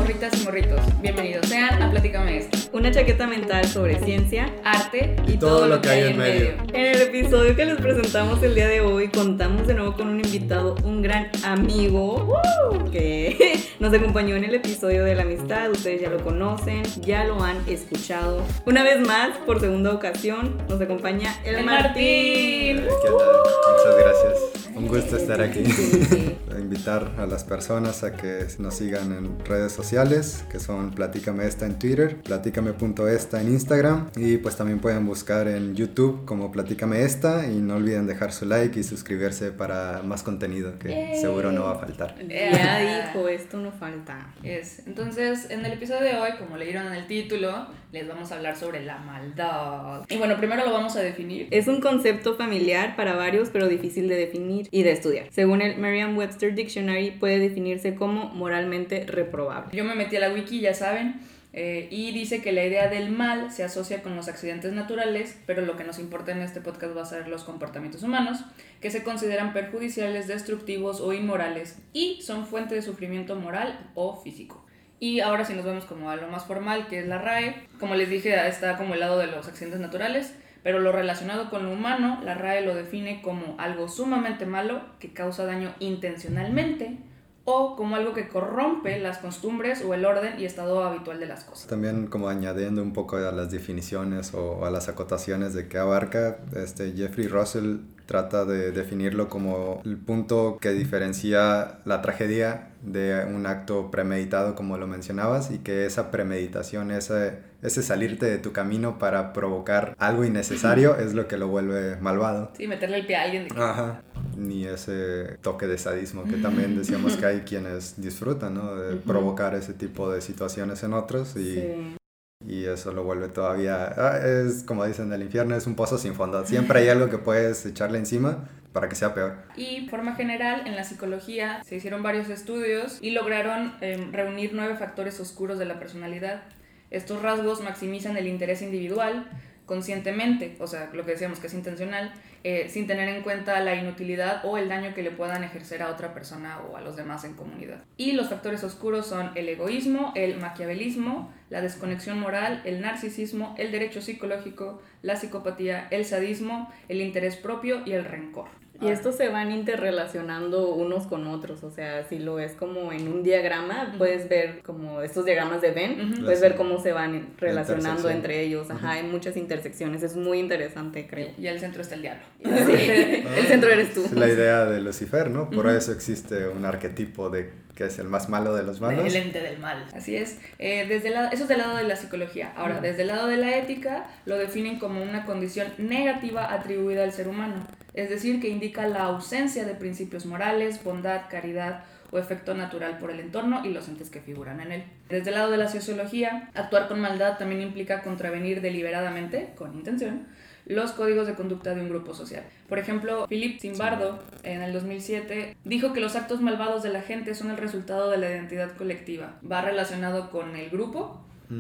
morritas y morritos, bienvenidos sean a Platícame Esto. Una chaqueta mental sobre ciencia, arte y todo lo que hay en medio. En el episodio que les presentamos el día de hoy, contamos de nuevo con un invitado, un gran amigo que nos acompañó en el episodio de la amistad. Ustedes ya lo conocen, ya lo han escuchado. Una vez más, por segunda ocasión, nos acompaña el Martín. ¿Qué tal? Muchas gracias. Un gusto estar aquí. Sí. Invitar a las personas a que nos sigan en redes sociales, que son Platícame Esta en Twitter, platícame.esta en Instagram, y pues también pueden buscar en YouTube como Platícame Esta, y no olviden dejar su like y suscribirse para más contenido que seguro no va a faltar. Ya dijo, esto no falta. Entonces, en el episodio de hoy, como leyeron en el título, les vamos a hablar sobre la maldad. Y bueno, primero lo vamos a definir. Es un concepto familiar para varios, pero difícil de definir y de estudiar. Según el Merriam-Webster Dictionary, puede definirse como moralmente reprobable. Yo me metí a la wiki, ya saben, y dice que la idea del mal se asocia con los accidentes naturales, pero lo que nos importa en este podcast va a ser los comportamientos humanos, que se consideran perjudiciales, destructivos o inmorales, y son fuente de sufrimiento moral o físico. Y ahora si nos vemos como a lo más formal, que es la RAE, como les dije, está como el lado de los accidentes naturales, pero lo relacionado con lo humano, la RAE lo define como algo sumamente malo que causa daño intencionalmente o como algo que corrompe las costumbres o el orden y estado habitual de las cosas. También como añadiendo un poco a las definiciones o a las acotaciones de qué abarca, Jeffrey Russell trata de definirlo como el punto que diferencia la tragedia de un acto premeditado, como lo mencionabas, y que esa premeditación, ese salirte de tu camino para provocar algo innecesario es lo que lo vuelve malvado. Sí, meterle el pie a alguien. Ajá. Ni ese toque de sadismo que también decíamos que hay quienes disfrutan, ¿no? De provocar ese tipo de situaciones en otros y... Sí. Y eso lo vuelve todavía, es como dicen, el infierno es un pozo sin fondo. Siempre hay algo que puedes echarle encima para que sea peor. Y de forma general, en la psicología se hicieron varios estudios y lograron reunir 9 factores oscuros de la personalidad. Estos rasgos maximizan el interés individual conscientemente, o sea, lo que decíamos que es intencional, sin tener en cuenta la inutilidad o el daño que le puedan ejercer a otra persona o a los demás en comunidad. Y los factores oscuros son el egoísmo, el maquiavelismo, la desconexión moral, el narcisismo, el derecho psicológico, la psicopatía, el sadismo, el interés propio y el rencor. Y estos se van interrelacionando unos con otros, o sea, si lo ves como en un diagrama, puedes ver como estos diagramas de Venn, puedes ver cómo se van relacionando entre ellos, hay muchas intersecciones, es muy interesante, creo. Y al centro está el diablo. Sí, el centro eres tú. Es la idea de Lucifer, ¿no? Por eso existe un arquetipo de que es el más malo de los malos. El ente del mal. Así es. Eso es del lado de la psicología. Ahora, desde el lado de la ética, lo definen como una condición negativa atribuida al ser humano. Es decir, que indica la ausencia de principios morales, bondad, caridad o efecto natural por el entorno y los entes que figuran en él. Desde el lado de la sociología, actuar con maldad también implica contravenir deliberadamente, con intención, los códigos de conducta de un grupo social. Por ejemplo, Philip Zimbardo, en el 2007, dijo que los actos malvados de la gente son el resultado de la identidad colectiva. Va relacionado con el grupo,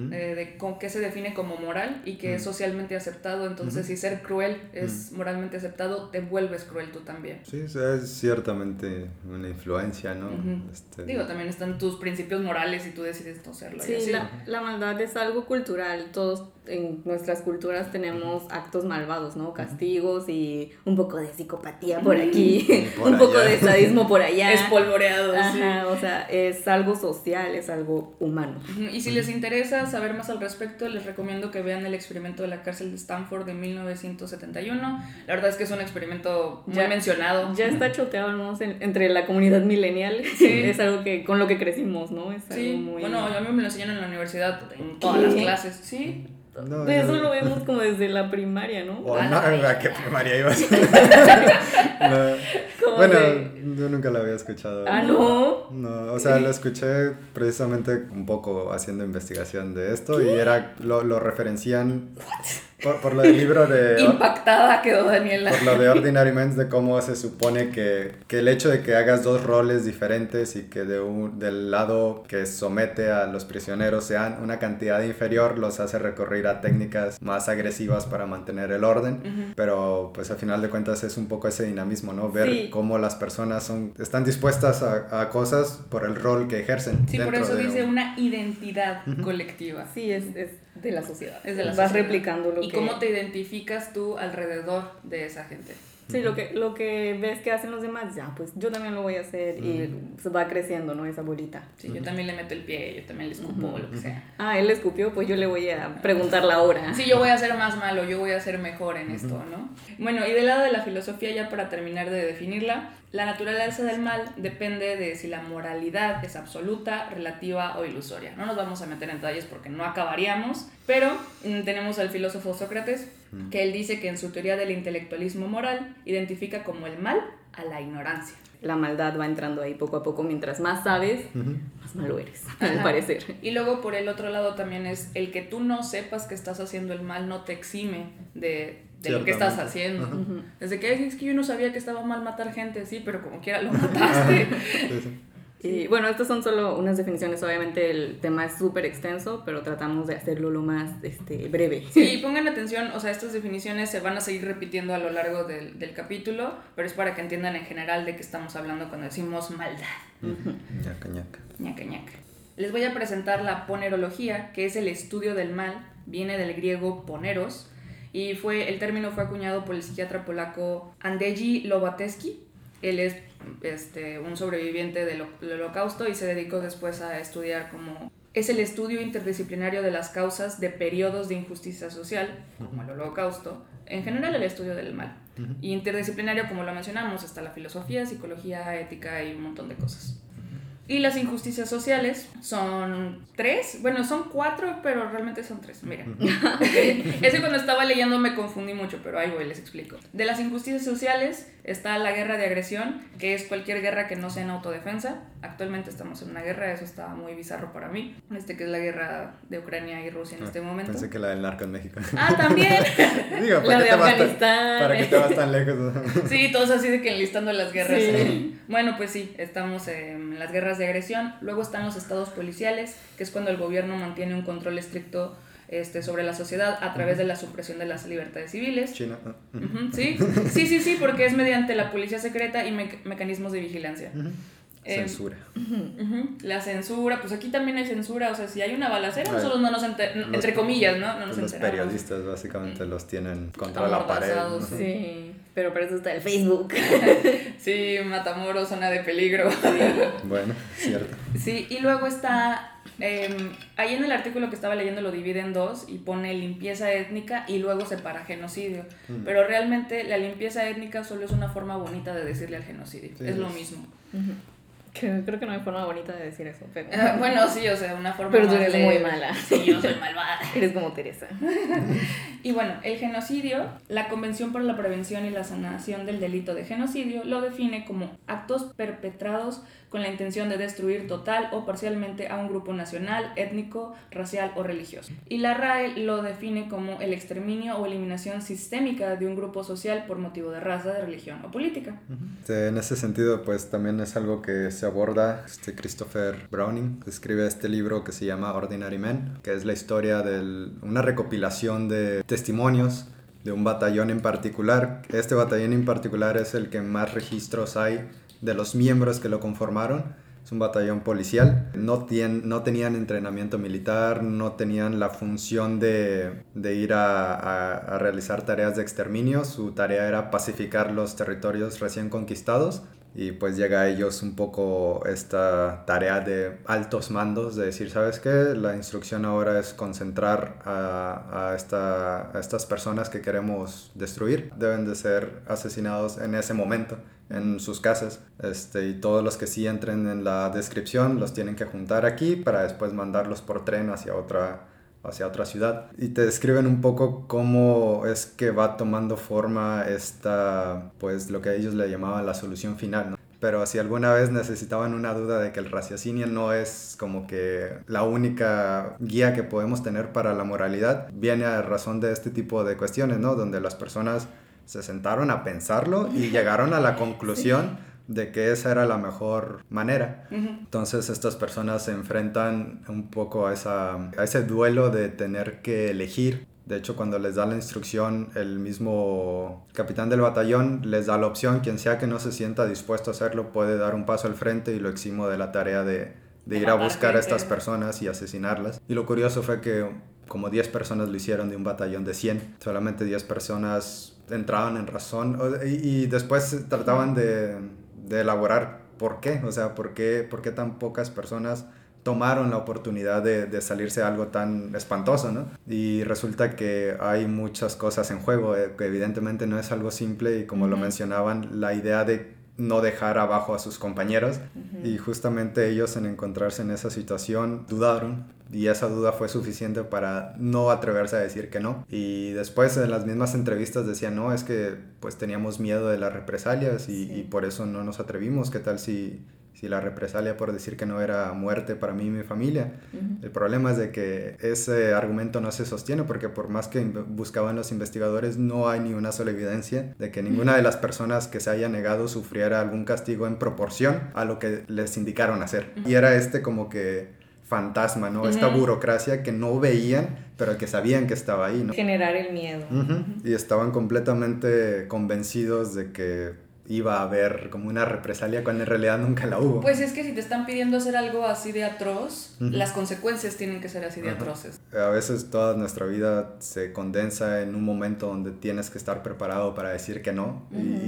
con qué se define como moral y que es socialmente aceptado. Entonces, si ser cruel es moralmente aceptado, te vuelves cruel tú también. Sí, es ciertamente una influencia, ¿no? Digo, también están tus principios morales y tú decides no serlo. Sí, la maldad es algo cultural. Todos en nuestras culturas tenemos actos malvados, ¿no? Castigos y un poco de psicopatía por aquí, un poco de sadismo por allá. Espolvoreados. Sí. O sea, es algo social, es algo humano. Y si les interesa saber más al respecto, les recomiendo que vean el experimento de la cárcel de Stanford de 1971. La verdad es que es un experimento muy mencionado. Ya está choteado, ¿no? Entre la comunidad millennial. Sí. Es algo que con lo que crecimos, ¿no? Es algo muy... Bueno, a mí me lo enseñan en la universidad, en todas las clases. Sí. No, eso lo vemos como desde la primaria, ¿no? ¿A qué primaria ibas? Bueno, yo nunca la había escuchado. ¿No? No, o sea, lo escuché precisamente un poco haciendo investigación de esto. ¿Qué? Y lo referencian Por lo del libro de... Impactada quedó Daniela. Por lo de Ordinary Men, de cómo se supone que el hecho de que hagas dos roles diferentes y que del lado que somete a los prisioneros sean una cantidad inferior, los hace recurrir a técnicas más agresivas para mantener el orden. Pero pues al final de cuentas es un poco ese dinamismo, ¿no? Ver cómo las personas están dispuestas a cosas por el rol que ejercen. Sí, por eso dice una identidad colectiva. Sí, es de la sociedad. Es de la Vas sociedad. replicando lo y que... cómo te identificas tú alrededor de esa gente. Sí, lo que ves que hacen los demás, ya, pues yo también lo voy a hacer y se va creciendo, ¿no? Esa bolita. Sí, yo también le meto el pie, yo también le escupo, lo que sea. Ah, él le escupió, pues yo le voy a preguntar la hora. Sí, yo voy a ser más malo, yo voy a ser mejor en esto, ¿no? Bueno, y del lado de la filosofía, ya para terminar de definirla, la naturaleza del mal depende de si la moralidad es absoluta, relativa o ilusoria. No nos vamos a meter en detalles porque no acabaríamos, pero tenemos al filósofo Sócrates, que él dice que en su teoría del intelectualismo moral identifica como el mal a la ignorancia. La maldad va entrando ahí poco a poco, mientras más sabes, más malo eres, al parecer. Y luego por el otro lado también es el que tú no sepas que estás haciendo el mal no te exime de lo que estás haciendo. Desde que es que yo no sabía que estaba mal matar gente, sí, pero como quiera lo mataste. Y bueno, estas son solo unas definiciones, obviamente el tema es súper extenso, pero tratamos de hacerlo lo más breve. Sí, pongan atención, o sea, estas definiciones se van a seguir repitiendo a lo largo del capítulo, pero es para que entiendan en general de qué estamos hablando cuando decimos maldad. Ñaca, ñaca. Ñaca, ñaca. Les voy a presentar la ponerología, que es el estudio del mal, viene del griego poneros, y el término fue acuñado por el psiquiatra polaco Andrzej Lobatewski. Él es un sobreviviente del Holocausto y se dedicó después a estudiar es el estudio interdisciplinario de las causas de periodos de injusticia social, como el Holocausto, en general el estudio del mal. Y interdisciplinario, como lo mencionamos, está la filosofía, psicología, ética y un montón de cosas. Y las injusticias sociales son 3, bueno, son 4, pero realmente son 3, mira. Ese cuando estaba leyendo me confundí mucho, pero ahí voy, les explico. De las injusticias sociales está la guerra de agresión, que es cualquier guerra que no sea en autodefensa. Actualmente estamos en una guerra, eso está muy bizarro para mí, que es la guerra de Ucrania y Rusia en este momento. Pensé que la del narco en México. Ah, también. Digo, la de Afganistán. ¿Para qué te vas tan lejos? Sí, todos así de que enlistando las guerras. Sí. Bueno, pues sí, estamos en las guerras de agresión. Luego están los estados policiales, que es cuando el gobierno mantiene un control estricto sobre la sociedad a través de la supresión de las libertades civiles. China. Sí, porque es mediante la policía secreta y mecanismos de vigilancia. Censura. La censura, pues aquí también hay censura, o sea, si hay una balacera, nosotros no nos entre comillas, ¿no? No nos los enteramos. periodistas básicamente los tienen contra la pared. Sí, pero para eso está el Facebook. Sí, Matamoros, zona de peligro. Bueno, cierto. Sí, y luego está, ahí en el artículo que estaba leyendo lo divide en 2 y pone limpieza étnica y luego separa genocidio. Pero realmente la limpieza étnica solo es una forma bonita de decirle al genocidio, sí, es lo mismo. Creo que no hay forma bonita de decir eso, pero... Bueno, sí, o sea, una forma pero tú más eres muy mala. Sí, yo soy malvada. Eres como Teresa. Y bueno, el genocidio, la Convención para la Prevención y la Sanación del Delito de Genocidio lo define como actos perpetrados con la intención de destruir total o parcialmente a un grupo nacional, étnico, racial o religioso. Y la RAE lo define como el exterminio o eliminación sistémica de un grupo social por motivo de raza, de religión o política. En ese sentido, pues también es algo que se aborda Christopher Browning, que escribe este libro que se llama Ordinary Men, que es la historia de una recopilación de testimonios de un batallón en particular. Este batallón en particular es el que más registros hay de los miembros que lo conformaron. Es un batallón policial. No tenían entrenamiento militar, no tenían la función de ir a realizar tareas de exterminio. Su tarea era pacificar los territorios recién conquistados. Y pues llega a ellos un poco esta tarea de altos mandos, de decir, ¿sabes qué? La instrucción ahora es concentrar a estas personas que queremos destruir. Deben de ser asesinados en ese momento, en sus casas. Y todos los que sí entren en la descripción los tienen que juntar aquí para después mandarlos por tren hacia otra ciudad. Y te describen un poco cómo es que va tomando forma pues lo que ellos le llamaban la solución final, ¿no? pero si alguna vez necesitaban una duda de que el raciocinio no es como que la única guía que podemos tener para la moralidad, viene a razón de este tipo de cuestiones, ¿no? Donde las personas se sentaron a pensarlo y llegaron a la conclusión de que esa era la mejor manera. Entonces estas personas se enfrentan un poco a ese duelo de tener que elegir. De hecho, cuando les da la instrucción, el mismo capitán del batallón les da la opción: quien sea que no se sienta dispuesto a hacerlo puede dar un paso al frente y lo eximo de la tarea de ir a buscar a estas personas y asesinarlas. Y lo curioso fue que como 10 personas lo hicieron de un batallón de 100. Solamente 10 personas entraban en razón y después trataban de elaborar por qué. O sea, por qué tan pocas personas tomaron la oportunidad de salirse de algo tan espantoso, ¿no? Y resulta que hay muchas cosas en juego, que evidentemente no es algo simple, y como lo mencionaban, la idea de no dejar abajo a sus compañeros, y justamente ellos, en encontrarse en esa situación, dudaron, y esa duda fue suficiente para no atreverse a decir que no. Y después en las mismas entrevistas decían: no, es que pues teníamos miedo de las represalias y por eso no nos atrevimos. ¿Qué tal si la represalia por decir que no era muerte para mí y mi familia? El problema es de que ese argumento no se sostiene, porque por más que buscaban los investigadores, no hay ni una sola evidencia de que ninguna de las personas que se haya negado sufriera algún castigo en proporción a lo que les indicaron hacer. Y era como que fantasma, ¿no? Esta burocracia que no veían, pero que sabían que estaba ahí, ¿no? Generar el miedo. Y estaban completamente convencidos de que iba a haber como una represalia, cuando en realidad nunca la hubo. Pues es que si te están pidiendo hacer algo así de atroz, las consecuencias tienen que ser así de atroces. A veces toda nuestra vida se condensa en un momento donde tienes que estar preparado para decir que no,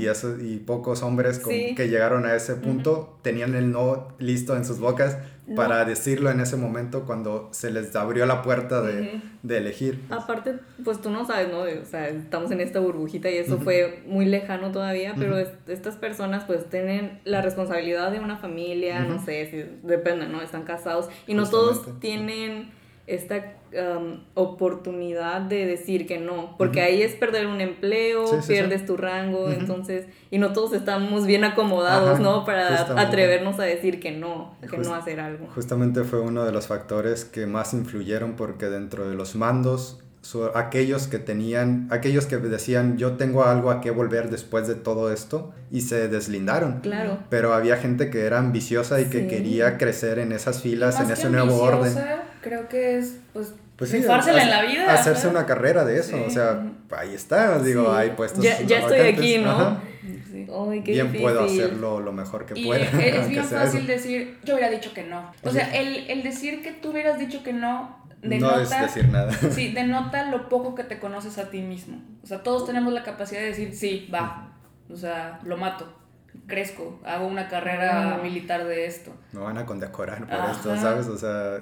y pocos hombres que llegaron a ese punto tenían el no listo en sus bocas para decirlo en ese momento, cuando se les abrió la puerta de elegir. Aparte, pues tú no sabes, ¿no? O sea, estamos en esta burbujita y eso fue muy lejano todavía, pero estas personas pues tienen la responsabilidad de una familia, no sé, si depende, ¿no? Están casados y no todos tienen esta oportunidad de decir que no, porque ahí es perder un empleo, pierdes tu rango, entonces, y no todos estamos bien acomodados, ¿no? Para atrevernos a decir que no hacer algo. Justamente fue uno de los factores que más influyeron, porque dentro de los mandos, aquellos que decían: yo tengo algo a qué volver después de todo esto, y se deslindaron. Claro. Pero había gente que era ambiciosa y que quería crecer en esas filas, en ese nuevo orden. Creo que es pues rifársela en la vida, hacerse una carrera de eso. O sea, ahí está, digo, hay puestos ya estoy aquí, ¿no? Ay, qué bien difícil. Puedo hacerlo lo mejor que pueda. Es bien fácil decir: yo hubiera dicho que no. O sea, el decir que tú hubieras dicho que no denota, no es decir nada. Sí, denota lo poco que te conoces a ti mismo. O sea, todos tenemos la capacidad de decir: sí, va. O sea, lo mato, crezco, hago una carrera militar de esto. Me van a condecorar por esto, ¿sabes? O sea,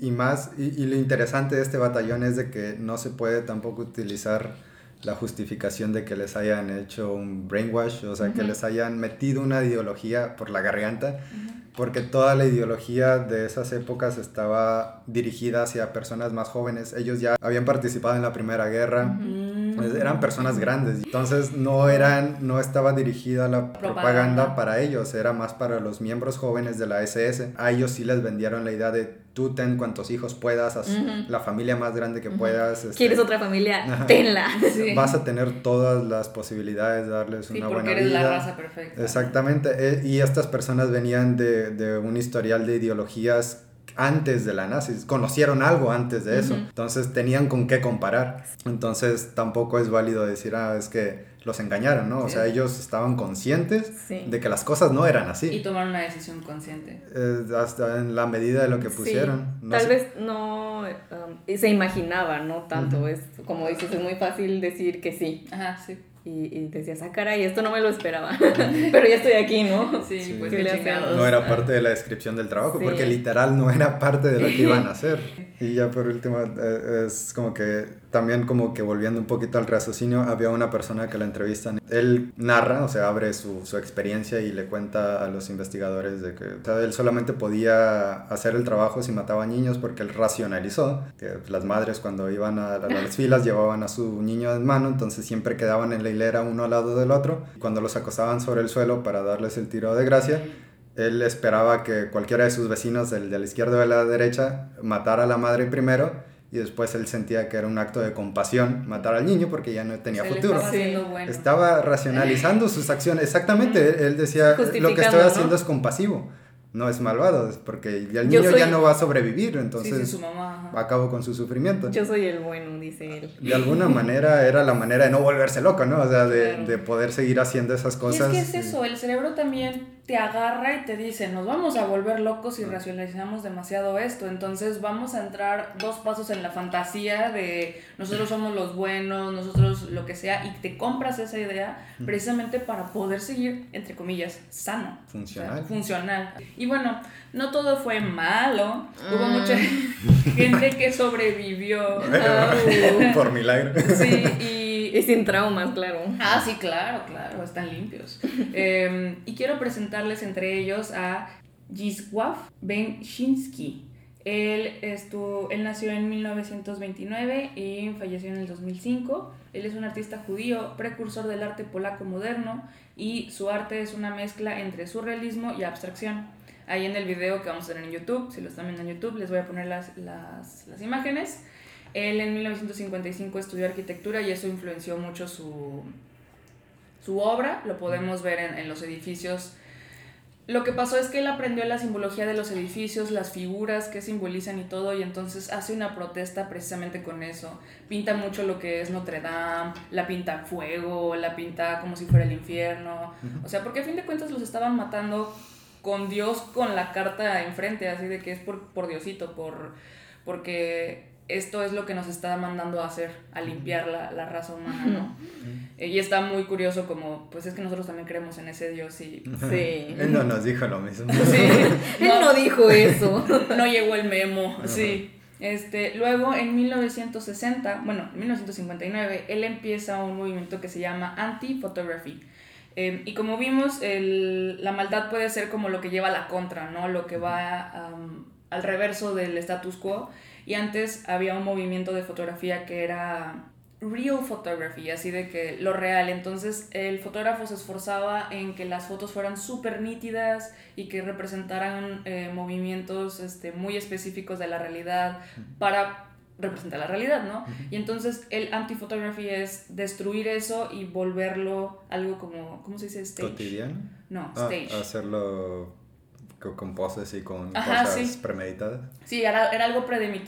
y lo interesante de este batallón es de que no se puede tampoco utilizar la justificación de que les hayan hecho un brainwash, o sea, que les hayan metido una ideología por la garganta, porque toda la ideología de esas épocas estaba dirigida hacia personas más jóvenes. Ellos ya habían participado en la Primera Guerra, eran personas grandes, entonces no estaba dirigida la propaganda para ellos, era más para los miembros jóvenes de la SS. A ellos sí les vendieron la idea de: tú ten cuantos hijos puedas, haz la familia más grande que puedas. ¿Quieres otra familia? Tenla. Vas a tener todas las posibilidades de darles una buena vida. porque eres la raza perfecta. Exactamente, y estas personas venían de un historial de ideologías antes de la nazis, conocieron algo antes de eso, entonces tenían con qué comparar. Entonces tampoco es válido decir: es que los engañaron, ¿no? O sea, ellos estaban conscientes de que las cosas no eran así. Y tomaron una decisión consciente. Hasta en la medida de lo que pusieron. Tal vez no se imaginaba, ¿no? Tanto, es como dices, es muy fácil decir que sí. Ajá, sí. Y decías: caray, esto no me lo esperaba. Pero ya estoy aquí, ¿no? Sí, pues qué chingados. No era parte de la descripción del trabajo, porque literal no era parte de lo que iban a hacer. Y ya por último, es como que también como que volviendo un poquito al raciocinio, había una persona que la entrevistan, él narra, o sea, abre su experiencia y le cuenta a los investigadores de que, o sea, él solamente podía hacer el trabajo si mataba niños porque él racionalizó que las madres cuando iban a las filas llevaban a su niño en mano, entonces siempre quedaban en la hilera uno al lado del otro. Cuando los acostaban sobre el suelo para darles el tiro de gracia, él esperaba que cualquiera de sus vecinos, el de la izquierda o de la derecha, matara a la madre primero, y después él sentía que era un acto de compasión matar al niño porque ya no tenía futuro. Estaba racionalizando sus acciones. Exactamente, él decía, lo que estoy haciendo, ¿no?, es compasivo, no es malvado, porque el niño ya no va a sobrevivir, entonces su mamá, acabo con su sufrimiento. Yo soy el bueno, dice él. De alguna manera era la manera de no volverse loco, ¿no? O sea, de poder seguir haciendo esas cosas. Y es que es eso, el cerebro también te agarra y te dice, nos vamos a volver locos si racionalizamos demasiado esto, entonces vamos a entrar 2 pasos en la fantasía de nosotros somos los buenos, nosotros lo que sea, y te compras esa idea precisamente para poder seguir, entre comillas, sano. Funcional. O sea, funcional. Y bueno, no todo fue malo, hubo mucha gente que sobrevivió. Por milagro. Sí, y sin traumas, claro. Ah, sí, claro, están limpios. Y quiero presentarles entre ellos a Zdzisław Beksiński. Él nació en 1929 y falleció en el 2005. Él es un artista judío, precursor del arte polaco moderno, y su arte es una mezcla entre surrealismo y abstracción. Ahí en el video que vamos a tener en YouTube, si lo están viendo en YouTube, les voy a poner las imágenes. Él en 1955 estudió arquitectura y eso influenció mucho su obra. Lo podemos ver en los edificios. Lo que pasó es que él aprendió la simbología de los edificios, las figuras que simbolizan y todo, y entonces hace una protesta precisamente con eso. Pinta mucho lo que es Notre Dame, la pinta en fuego, la pinta como si fuera el infierno. O sea, porque a fin de cuentas los estaban matando con Dios con la carta enfrente, así de que es por Diosito, porque esto es lo que nos está mandando a hacer, a limpiar la raza humana, ¿no? Y está muy curioso como, pues es que nosotros también creemos en ese Dios y... Sí. Él no nos dijo lo mismo. Sí. Él no dijo eso. No llegó el memo, sí. Luego en 1959, él empieza un movimiento que se llama Anti-Photography. Y como vimos, la maldad puede ser como lo que lleva a la contra, ¿no? Lo que va al reverso del status quo. Y antes había un movimiento de fotografía que era real photography, así de que lo real. Entonces el fotógrafo se esforzaba en que las fotos fueran súper nítidas y que representaran movimientos muy específicos de la realidad para representar la realidad, ¿no? Y entonces el anti-photography es destruir eso y volverlo algo como, ¿cómo se dice? Stage. ¿Cotidiano? No, stage. Hacerlo con poses y con Ajá, cosas sí. premeditadas. Sí, era algo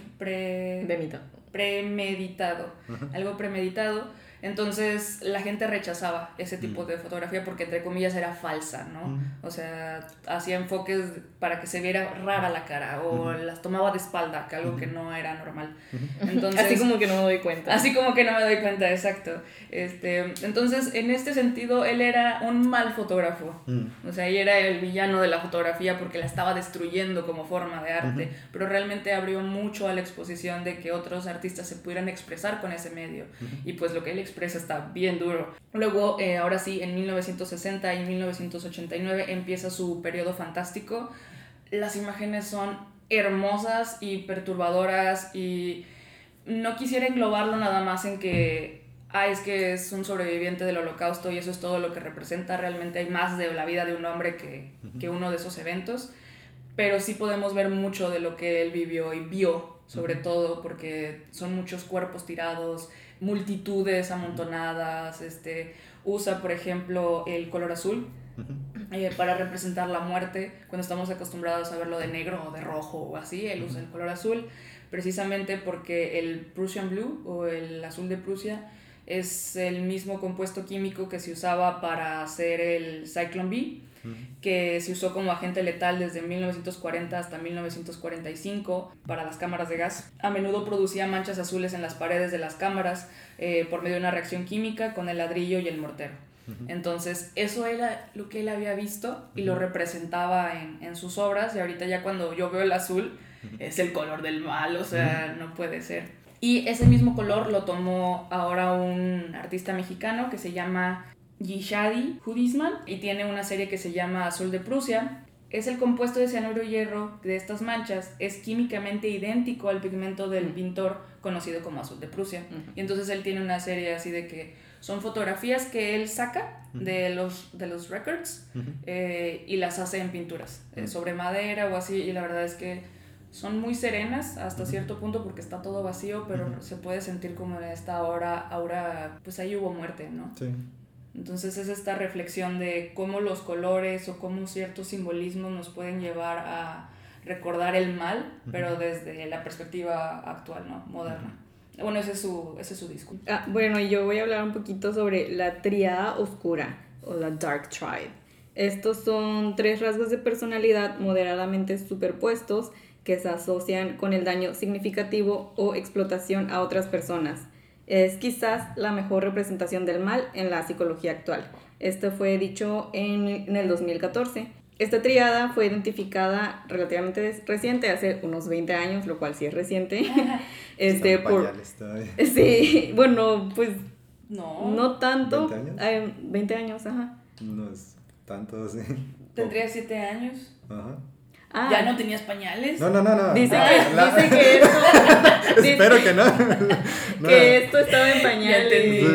algo premeditado. Entonces la gente rechazaba ese tipo de fotografía porque entre comillas era falsa, ¿no? O sea, hacía enfoques para que se viera rara la cara o las tomaba de espalda, que algo que no era normal. Entonces, así como que no me doy cuenta. Así como que no me doy cuenta, exacto. Entonces, en este sentido, él era un mal fotógrafo. O sea, él era el villano de la fotografía porque la estaba destruyendo como forma de arte, pero realmente abrió mucho a la exposición de que otros artistas se pudieran expresar con ese medio. Y pues lo que él expresa está bien duro. Luego, ahora sí, en 1960 y 1989 empieza su periodo fantástico. Las imágenes son hermosas y perturbadoras y no quisiera englobarlo nada más en que es que es un sobreviviente del Holocausto y eso es todo lo que representa. Realmente hay más de la vida de un hombre que uno de esos eventos, pero sí podemos ver mucho de lo que él vivió y vio, sobre todo porque son muchos cuerpos tirados, multitudes amontonadas. Usa, por ejemplo, el color azul para representar la muerte. Cuando estamos acostumbrados a verlo de negro o de rojo o así, él usa el color azul precisamente porque el Prussian Blue o el azul de Prusia es el mismo compuesto químico que se usaba para hacer el Zyklon B, que se usó como agente letal desde 1940 hasta 1945 para las cámaras de gas. A menudo producía manchas azules en las paredes de las cámaras por medio de una reacción química con el ladrillo y el mortero. Entonces eso era lo que él había visto y lo representaba en sus obras, y ahorita ya cuando yo veo el azul es el color del mal, o sea, no puede ser. Y ese mismo color lo tomó ahora un artista mexicano que se llama Yishadi Hudisman y tiene una serie que se llama Azul de Prusia. Es el compuesto de cianuro y hierro de estas manchas, es químicamente idéntico al pigmento del pintor conocido como Azul de Prusia. Y entonces él tiene una serie así de que son fotografías que él saca de los records y las hace en pinturas sobre madera o así, y la verdad es que son muy serenas hasta cierto punto porque está todo vacío, pero se puede sentir como en esta aura, pues ahí hubo muerte, ¿no? Sí. Entonces es esta reflexión de cómo los colores o cómo ciertos simbolismos nos pueden llevar a recordar el mal, pero desde la perspectiva actual, ¿no? Moderna. Bueno, ese es su disco. Bueno, y yo voy a hablar un poquito sobre la tríada oscura o la Dark Triad. Estos son 3 rasgos de personalidad moderadamente superpuestos que se asocian con el daño significativo o explotación a otras personas. Es quizás la mejor representación del mal en la psicología actual. Esto fue dicho en el 2014. Esta tríada fue identificada relativamente reciente, hace unos 20 años, lo cual sí es reciente. Sí, bueno, pues no tanto. 20 años. 20 años, ajá. No es tanto, sí. Tendría 7 años. Ajá. ¿Ya no tenías pañales? No. Dice que esto... Espero que no. Que esto estaba en pañales.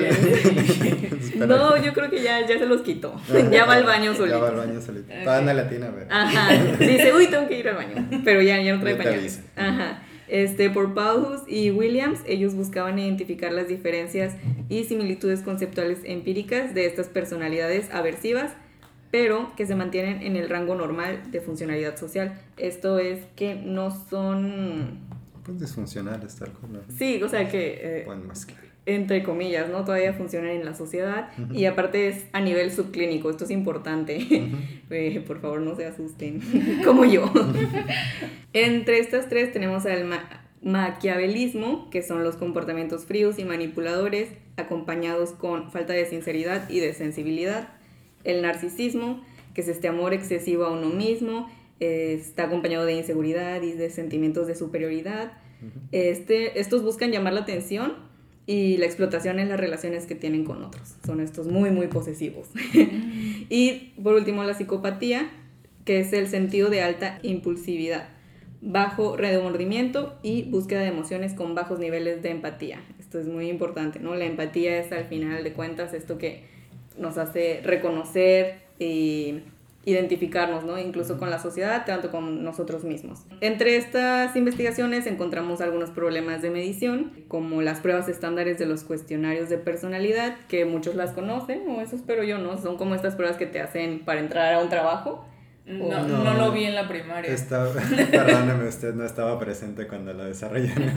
Sí. No, yo creo que ya se los quitó. Ya va al baño solito. Ya va al baño solito. Estaba en la latina, a ver. Ajá. Dice, uy, tengo que ir al baño. Pero ya no trae Yo te pañales. Ajá. Por Paulus y Williams, ellos buscaban identificar las diferencias y similitudes conceptuales empíricas de estas personalidades aversivas, pero que se mantienen en el rango normal de funcionalidad social. Esto es que no son... Pues disfuncionales, tal cual. Sí, o sea que... Pueden mezclar. Entre comillas, ¿no? Todavía funcionan en la sociedad y aparte es a nivel subclínico, esto es importante. Por favor, no se asusten, como yo. Entre estas 3 tenemos al maquiavelismo, que son los comportamientos fríos y manipuladores, acompañados con falta de sinceridad y de sensibilidad. El narcisismo, que es este amor excesivo a uno mismo, está acompañado de inseguridad y de sentimientos de superioridad. Estos buscan llamar la atención y la explotación en las relaciones que tienen con otros. Son estos muy, muy posesivos. Y por último, la psicopatía, que es el sentido de alta impulsividad, bajo remordimiento y búsqueda de emociones con bajos niveles de empatía. Esto es muy importante, ¿no? La empatía es, al final de cuentas, esto que nos hace reconocer y identificarnos, ¿no? Incluso con la sociedad, tanto con nosotros mismos. Entre estas investigaciones encontramos algunos problemas de medición, como las pruebas estándares de los cuestionarios de personalidad, que muchos las conocen, o eso espero yo, ¿no? Son como estas pruebas que te hacen para entrar a un trabajo. No lo vi en la primaria. Perdóneme, usted no estaba presente cuando lo desarrollaron.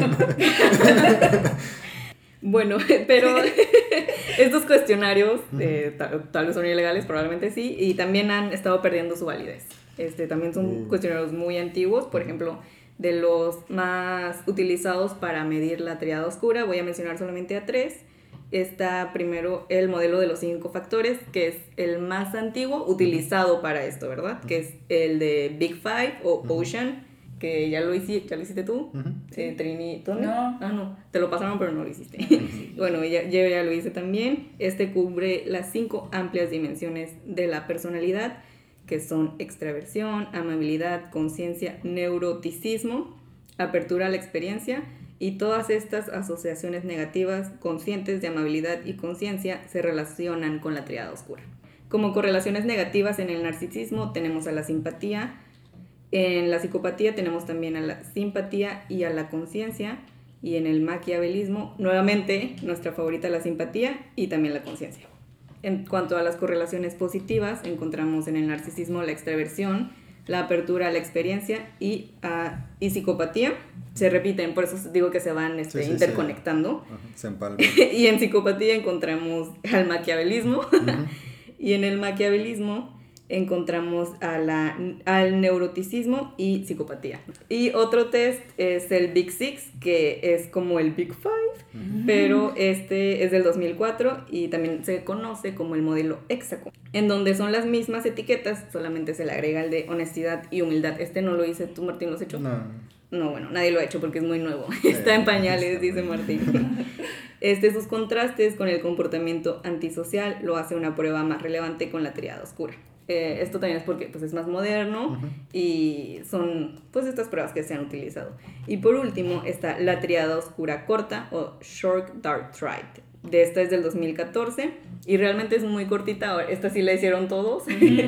Bueno, pero estos cuestionarios tal vez son ilegales, probablemente sí, y también han estado perdiendo su validez. También son cuestionarios muy antiguos, por ejemplo, de los más utilizados para medir la tríada oscura, voy a mencionar solamente a 3. Está primero el modelo de los 5 factores, que es el más antiguo utilizado para esto, ¿verdad? Que es el de Big Five o Ocean, que ya lo hiciste tú, Trini, ¿dónde? No. No, te lo pasaron pero no lo hiciste. Bueno, yo ya lo hice también. Cubre las 5 amplias dimensiones de la personalidad, que son extraversión, amabilidad, conciencia, neuroticismo, apertura a la experiencia, y todas estas asociaciones negativas conscientes de amabilidad y conciencia se relacionan con la tríada oscura. Como correlaciones negativas en el narcisismo tenemos a la simpatía. En la psicopatía tenemos también a la simpatía y a la conciencia, y en el maquiavelismo, nuevamente, nuestra favorita, la simpatía y también la conciencia. En cuanto a las correlaciones positivas, encontramos en el narcisismo la extraversión, la apertura a la experiencia y psicopatía. Se repiten, por eso digo que se van interconectando. Sí. Se empalman. Y en psicopatía encontramos al maquiavelismo. Y en el maquiavelismo encontramos al neuroticismo y psicopatía. Y otro test es el Big Six, que es como el Big Five, pero este es del 2004 y también se conoce como el modelo Hexaco, en donde son las mismas etiquetas, solamente se le agrega el de honestidad y humildad. No lo hice tú, Martín, ¿lo has hecho? No. No, bueno, nadie lo ha hecho porque es muy nuevo. Está en pañales, dice Martín. Sus contrastes con el comportamiento antisocial lo hace una prueba más relevante con la tríada oscura. Esto también es porque pues, es más moderno y son pues estas pruebas que se han utilizado. Y por último está la tríada oscura corta o Short Dark Triad. De esta es del 2014 y realmente es muy cortita. Esta sí la hicieron todos.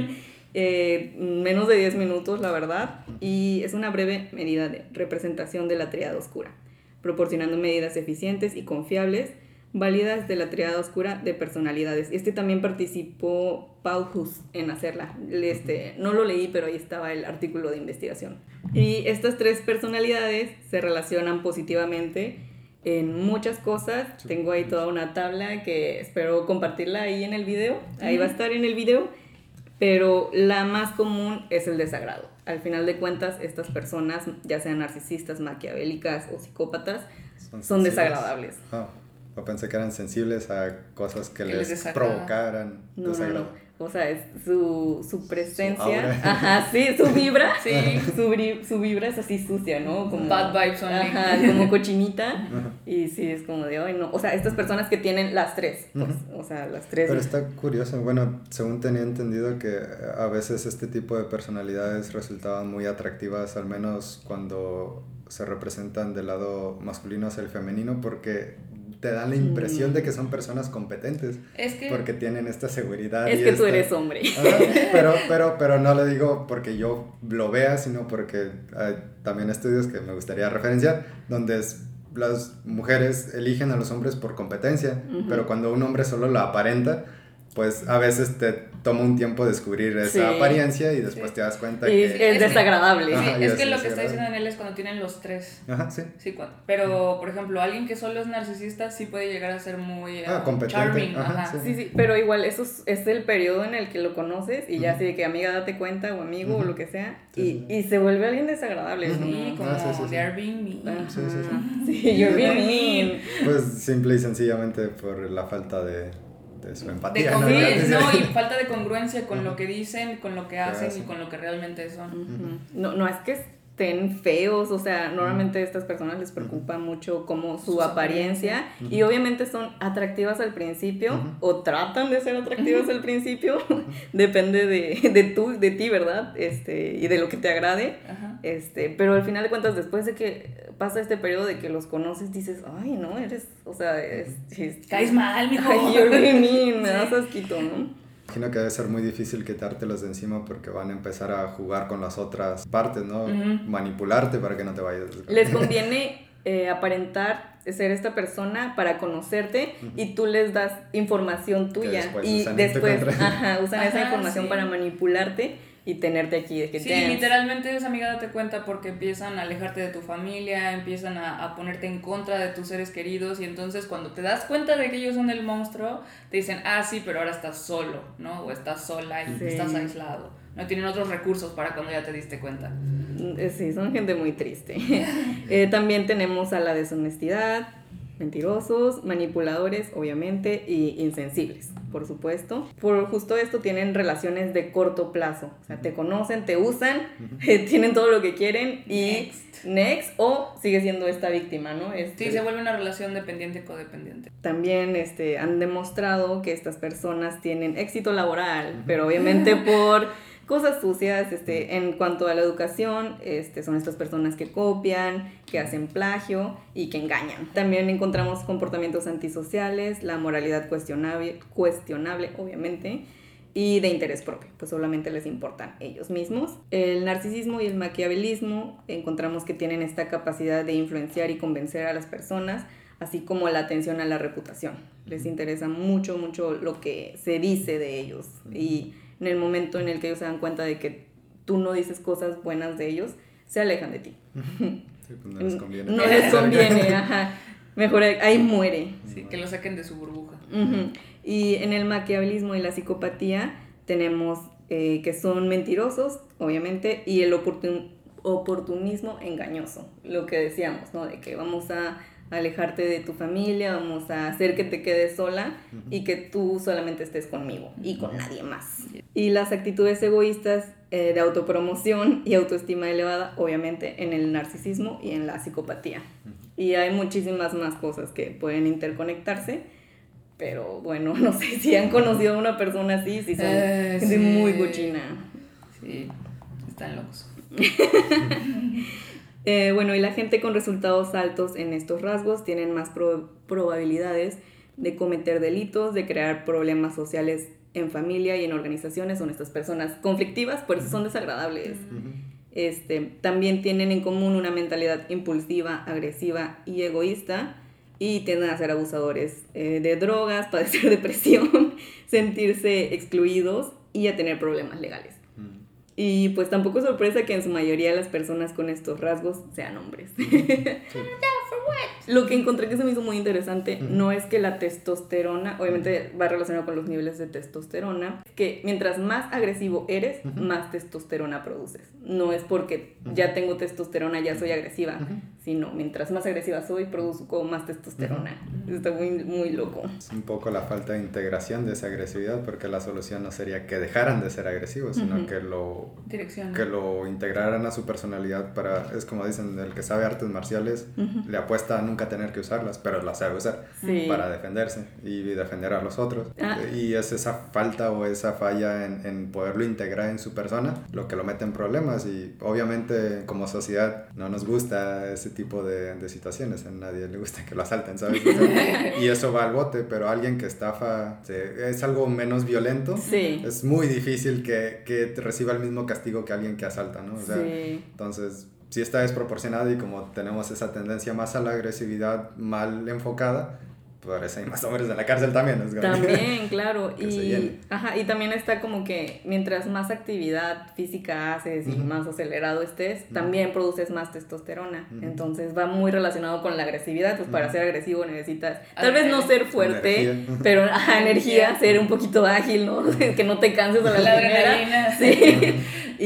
Menos de 10 minutos, la verdad. Y es una breve medida de representación de la tríada oscura, proporcionando medidas eficientes y confiables válidas de la tríada oscura de personalidades. También participó Paul Hus en hacerla. No lo leí, pero ahí estaba el artículo de investigación. Y estas 3 personalidades se relacionan positivamente en muchas cosas. Tengo ahí toda una tabla que espero compartirla ahí en el video. Ahí va a estar en el video. Pero la más común es el desagrado. Al final de cuentas, estas personas, ya sean narcisistas, maquiavélicas o psicópatas, son desagradables. O pensé que eran sensibles a cosas que les provocaran desagrado. No. O sea, es su presencia. Su ajá, sí, su vibra. Sí. Su vibra es así sucia, ¿no? Como, bad vibes only. Ajá, como cochinita. Y sí, es como de, ay, no. O sea, estas personas que tienen las 3. Pues, o sea, las 3. Pero está curioso. Bueno, según tenía entendido que a veces este tipo de personalidades resultaban muy atractivas, al menos cuando se representan del lado masculino hacia el femenino, porque te dan la impresión de que son personas competentes, porque tienen esta seguridad. Es que tú eres hombre. Pero no lo digo porque yo lo vea, sino porque hay también estudios que me gustaría referenciar, donde las mujeres eligen a los hombres por competencia, pero cuando un hombre solo lo aparenta, pues a veces te toma un tiempo descubrir esa apariencia y después te das cuenta que es desagradable. Es que lo que está diciendo Daniel es cuando tienen los 3. Ajá, sí. Pero, por ejemplo, alguien que solo es narcisista sí puede llegar a ser muy competente. Charming. Ajá. Sí, pero igual eso es el periodo en el que lo conoces y ya así de que amiga date cuenta o amigo o lo que sea y se vuelve alguien desagradable. Sí, como they are being mean. Sí, you're being mean. Pues simple y sencillamente por la falta de su empatía. Y falta de congruencia con lo que dicen, con lo que hacen y con lo que realmente son. No es que estén feos, o sea, normalmente a estas personas les preocupa mucho como su apariencia y obviamente son atractivas al principio o tratan de ser atractivas al principio, depende de ti, ¿verdad? Y de lo que te agrade. Pero al final de cuentas, después de que pasa este periodo de que los conoces, dices, ay, no, eres, o sea, caes mal, mijo. Ay, you're really mean, me das asquito, ¿no? Imagino que debe ser muy difícil quitártelos de encima porque van a empezar a jugar con las otras partes, ¿no? Manipularte para que no te vayas. Les conviene aparentar ser esta persona para conocerte y tú les das información tuya y después usan esa información para manipularte y tenerte aquí de que literalmente es amiga date cuenta porque empiezan a alejarte de tu familia, empiezan a ponerte en contra de tus seres queridos y entonces cuando te das cuenta de que ellos son el monstruo te dicen, sí, pero ahora estás solo, ¿no? O estás sola y estás aislado, no tienen otros recursos para cuando ya te diste cuenta. Sí, son gente muy triste. También tenemos a la deshonestidad, mentirosos, manipuladores, obviamente, y insensibles, por supuesto. Por justo esto tienen relaciones de corto plazo. O sea, te conocen, te usan, tienen todo lo que quieren y next o sigue siendo esta víctima, ¿no? Sí, se vuelve una relación dependiente-codependiente. También han demostrado que estas personas tienen éxito laboral, pero obviamente por cosas sucias, en cuanto a la educación, son estas personas que copian, que hacen plagio y que engañan. También encontramos comportamientos antisociales, la moralidad cuestionable, obviamente, y de interés propio, pues solamente les importan ellos mismos. El narcisismo y el maquiavelismo encontramos que tienen esta capacidad de influenciar y convencer a las personas, así como la atención a la reputación. Les interesa mucho lo que se dice de ellos y en el momento en el que ellos se dan cuenta de que tú no dices cosas buenas de ellos, se alejan de ti. Sí, pues no les conviene. No les conviene, Mejor ahí muere. Sí, que lo saquen de su burbuja. Y en el maquiavelismo y la psicopatía tenemos que son mentirosos, obviamente, y el oportunismo engañoso. Lo que decíamos, ¿no? De que vamos a alejarte de tu familia, vamos a hacer que te quedes sola y que tú solamente estés conmigo y con nadie más. Y las actitudes egoístas de autopromoción y autoestima elevada, obviamente en el narcisismo y en la psicopatía. Y hay muchísimas más cosas que pueden interconectarse, pero bueno, no sé si han conocido a una persona así, si son gente sí. muy cochina. Sí, están locos. Bueno, y la gente con resultados altos en estos rasgos tienen más probabilidades de cometer delitos, de crear problemas sociales en familia y en organizaciones. Son estas personas conflictivas, por eso son desagradables. También tienen en común una mentalidad impulsiva, agresiva y egoísta, y tienden a ser abusadores de drogas, padecer depresión, sentirse excluidos y a tener problemas legales. Y pues tampoco es sorpresa que en su mayoría las personas con estos rasgos sean hombres. Lo que encontré que se me hizo muy interesante no es que la testosterona, obviamente va relacionado con los niveles de testosterona, que mientras más agresivo eres, más testosterona produces. No es porque ya tengo testosterona, ya soy agresiva, sino mientras más agresiva soy, produzco más testosterona. Está muy, muy loco. Es un poco la falta de integración de esa agresividad, porque la solución no sería que dejaran de ser agresivos, sino que lo integraran a su personalidad para, es como dicen, el que sabe artes marciales le apuesta a nunca tener que usarlas, pero las sabe usar para defenderse y defender a los otros. Y es esa falta o esa falla en poderlo integrar en su persona lo que lo mete en problemas, y obviamente como sociedad no nos gusta ese tipo de situaciones, a nadie le gusta que lo asalten, ¿sabes? Y eso va al bote, pero alguien que estafa es algo menos violento, es muy difícil que reciba el mismo castigo que alguien que asalta, ¿no? O sea, entonces sí está desproporcionado, y como tenemos esa tendencia más a la agresividad mal enfocada, por eso hay más hombres en la cárcel también. También, claro. Y también está como que mientras más actividad física haces y más acelerado estés, también produces más testosterona. Entonces va muy relacionado con la agresividad. Pues para ser agresivo necesitas, tal vez no ser fuerte, pero energía, ser un poquito ágil, ¿no? Que no te canses a la primera. Sí.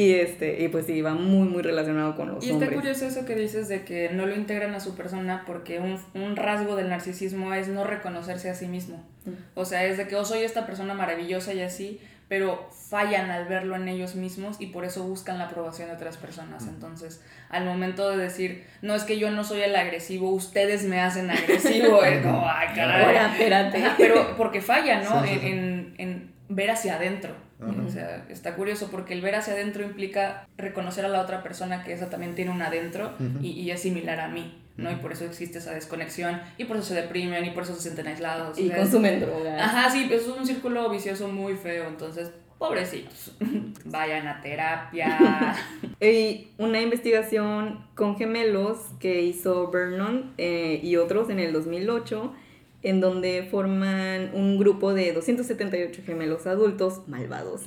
Y pues sí, va muy, muy relacionado con los hombres. Y está curioso eso que dices de que no lo integran a su persona, porque un rasgo del narcisismo es no reconocerse a sí mismo. O sea, es de que soy esta persona maravillosa y así, pero fallan al verlo en ellos mismos y por eso buscan la aprobación de otras personas. Entonces, al momento de decir, no, es que yo no soy el agresivo, ustedes me hacen agresivo, es como, ay, caray. Ahora, espérate. Pero porque falla, ¿no? En ver hacia adentro. O sea, está curioso porque el ver hacia adentro implica reconocer a la otra persona que esa también tiene un adentro y es similar a mí, ¿no? Y por eso existe esa desconexión y por eso se deprimen y por eso se sienten aislados. Y consumen drogas. Ajá, sí, es un círculo vicioso muy feo, entonces, pobrecitos, vayan a terapia. Y una investigación con gemelos que hizo Vernon y otros en el 2008, en donde forman un grupo de 278 gemelos adultos malvados.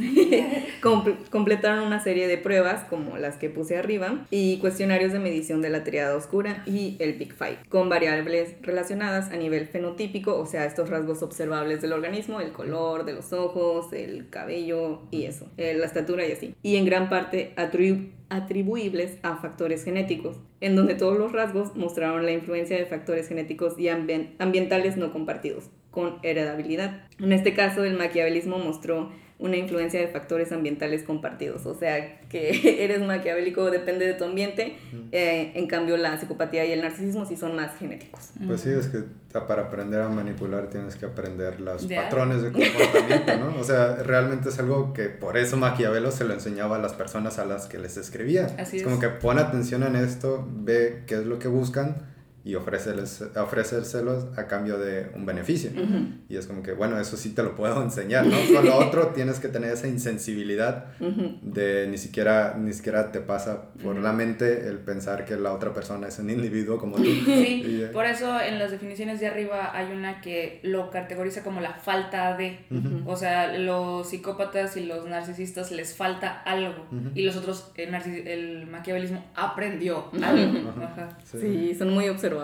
Completaron una serie de pruebas, como las que puse arriba, y cuestionarios de medición de la triada oscura y el Big Five, con variables relacionadas a nivel fenotípico, o sea, estos rasgos observables del organismo, el color de los ojos, el cabello y eso, la estatura y así. Y en gran parte atribuibles a factores genéticos, en donde todos los rasgos mostraron la influencia de factores genéticos y ambientales no compartidos, con heredabilidad. En este caso, el maquiavelismo mostró una influencia de factores ambientales compartidos, o sea, que eres maquiavélico depende de tu ambiente, en cambio la psicopatía y el narcisismo sí son más genéticos. Pues sí, es que para aprender a manipular tienes que aprender los patrones de comportamiento, ¿no? O sea, realmente es algo que por eso Maquiavelo se lo enseñaba a las personas a las que les escribía. Así es como que pon atención en esto, ve qué es lo que buscan y ofrecérselos a cambio de un beneficio. Y es como que, bueno, eso sí te lo puedo enseñar, ¿no? Con lo otro tienes que tener esa insensibilidad de ni siquiera te pasa por la mente el pensar que la otra persona es un individuo como tú. Sí, por eso en las definiciones de arriba hay una que lo categoriza como la falta de. O sea, los psicópatas y los narcisistas les falta algo. Y los otros, el maquiavelismo aprendió algo. Sí, son muy observadores.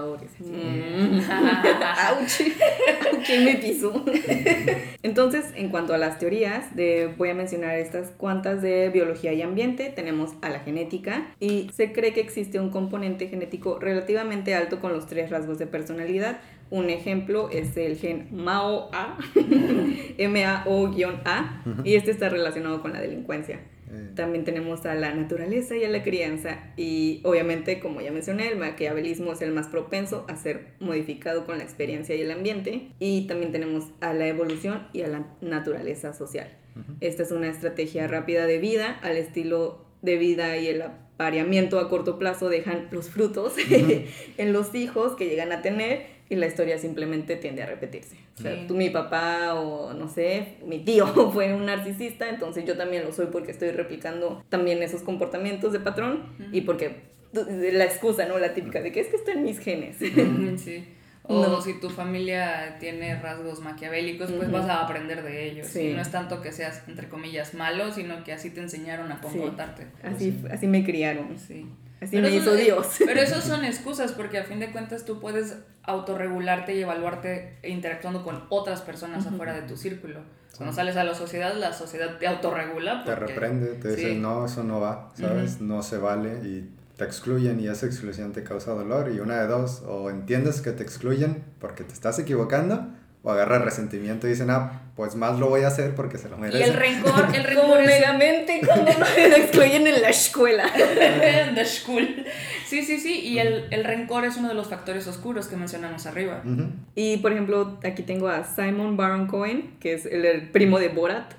¡Auch! ¿Quién me pisó? Entonces, en cuanto a las teorías, voy a mencionar estas cuantas de biología y ambiente. Tenemos a la genética, y se cree que existe un componente genético relativamente alto con los 3 rasgos de personalidad. Un ejemplo es el gen MAO-A, MAO-A, y este está relacionado con la delincuencia. También tenemos a la naturaleza y a la crianza. Y obviamente, como ya mencioné, el maquiavelismo es el más propenso a ser modificado con la experiencia y el ambiente. Y también tenemos a la evolución y a la naturaleza social. Esta es una estrategia rápida de vida, al estilo de vida y el apareamiento a corto plazo dejan los frutos en los hijos que llegan a tener, y la historia simplemente tiende a repetirse. O sea, tú, mi papá o no sé, mi tío fue un narcisista, entonces yo también lo soy porque estoy replicando también esos comportamientos de patrón y porque la excusa, ¿no? La típica de que es que está en mis genes. Sí. O si tu familia tiene rasgos maquiavélicos, pues vas a aprender de ellos. Sí. Y no es tanto que seas, entre comillas, malo, sino que así te enseñaron a comportarte. Así me criaron. Sí. Así me hizo Dios. Pero eso son excusas, porque a fin de cuentas tú puedes autorregularte y evaluarte interactuando con otras personas afuera de tu círculo. Cuando sales a la sociedad te autorregula. Te reprende, te dice, no, eso no va, ¿sabes? No se vale, y te excluyen, y esa exclusión te causa dolor, y una de dos: o entiendes que te excluyen porque te estás equivocando, o agarras resentimiento y dicen, pues más lo voy a hacer porque se lo merece. Y el rencor como es... megamente cuando nos excluyen en la escuela. En the school. Sí, y el rencor es uno de los factores oscuros que mencionamos arriba. Y por ejemplo, aquí tengo a Simon Baron Cohen, que es el primo de Borat.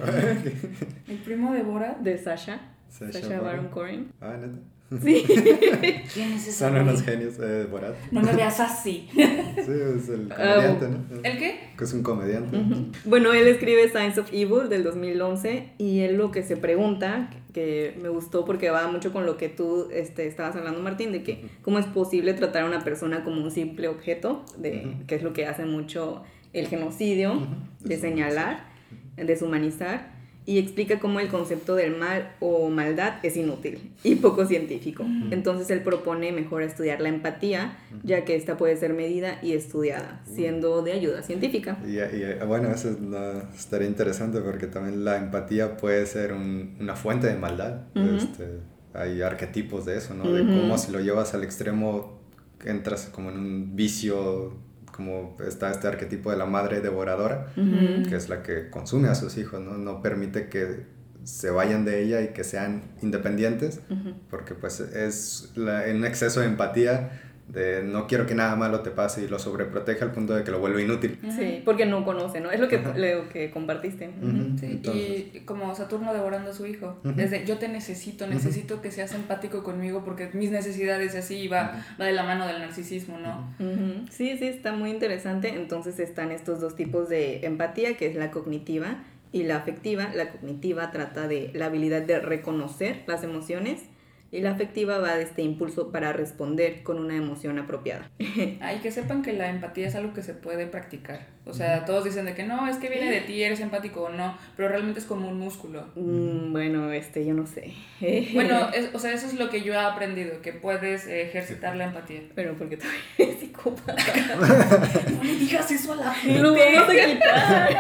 ¿El primo de Borat? De Sacha Baron Cohen. ¿Neta? Sí. ¿Quién es ese? Son unos genios, Borat. No me veas así. Sí, es el comediante, ¿no? ¿El qué? Que es un comediante. Bueno, él escribe Signs of Evil del 2011, y él lo que se pregunta, que me gustó porque va mucho con lo que tú estabas hablando, Martín, de que cómo es posible tratar a una persona como un simple objeto, que es lo que hace mucho el genocidio, de señalar, deshumanizar. Y explica cómo el concepto del mal o maldad es inútil y poco científico. Entonces él propone mejor estudiar la empatía, ya que esta puede ser medida y estudiada, siendo de ayuda científica. Y bueno, eso estaría interesante, porque también la empatía puede ser una fuente de maldad. Hay arquetipos de eso, ¿no? De cómo, si lo llevas al extremo, entras como en un vicio. Como está este arquetipo de la madre devoradora, que es la que consume a sus hijos, ¿no? No permite que se vayan de ella y que sean independientes, porque pues es un exceso de empatía, de no quiero que nada malo te pase, y lo sobreprotege al punto de que lo vuelve inútil. Sí, porque no conoce, ¿no? Es lo que compartiste. Sí, entonces, y como Saturno devorando a su hijo. Desde yo te necesito que seas empático conmigo porque mis necesidades así va de la mano del narcisismo, ¿no? Sí, está muy interesante. Entonces están estos dos tipos de empatía, que es la cognitiva y la afectiva. La cognitiva trata de la habilidad de reconocer las emociones, y la afectiva va de este impulso para responder con una emoción apropiada. Y que sepan que la empatía es algo que se puede practicar. O sea, todos dicen de que no, es que viene de ti, eres empático o no, pero realmente es como un músculo. Bueno, yo no sé. Bueno, o sea, eso es lo que yo he aprendido, que puedes ejercitar la empatía. Pero porque tú eres psicópata. No le digas eso a la gente. Lo vamos a quitar.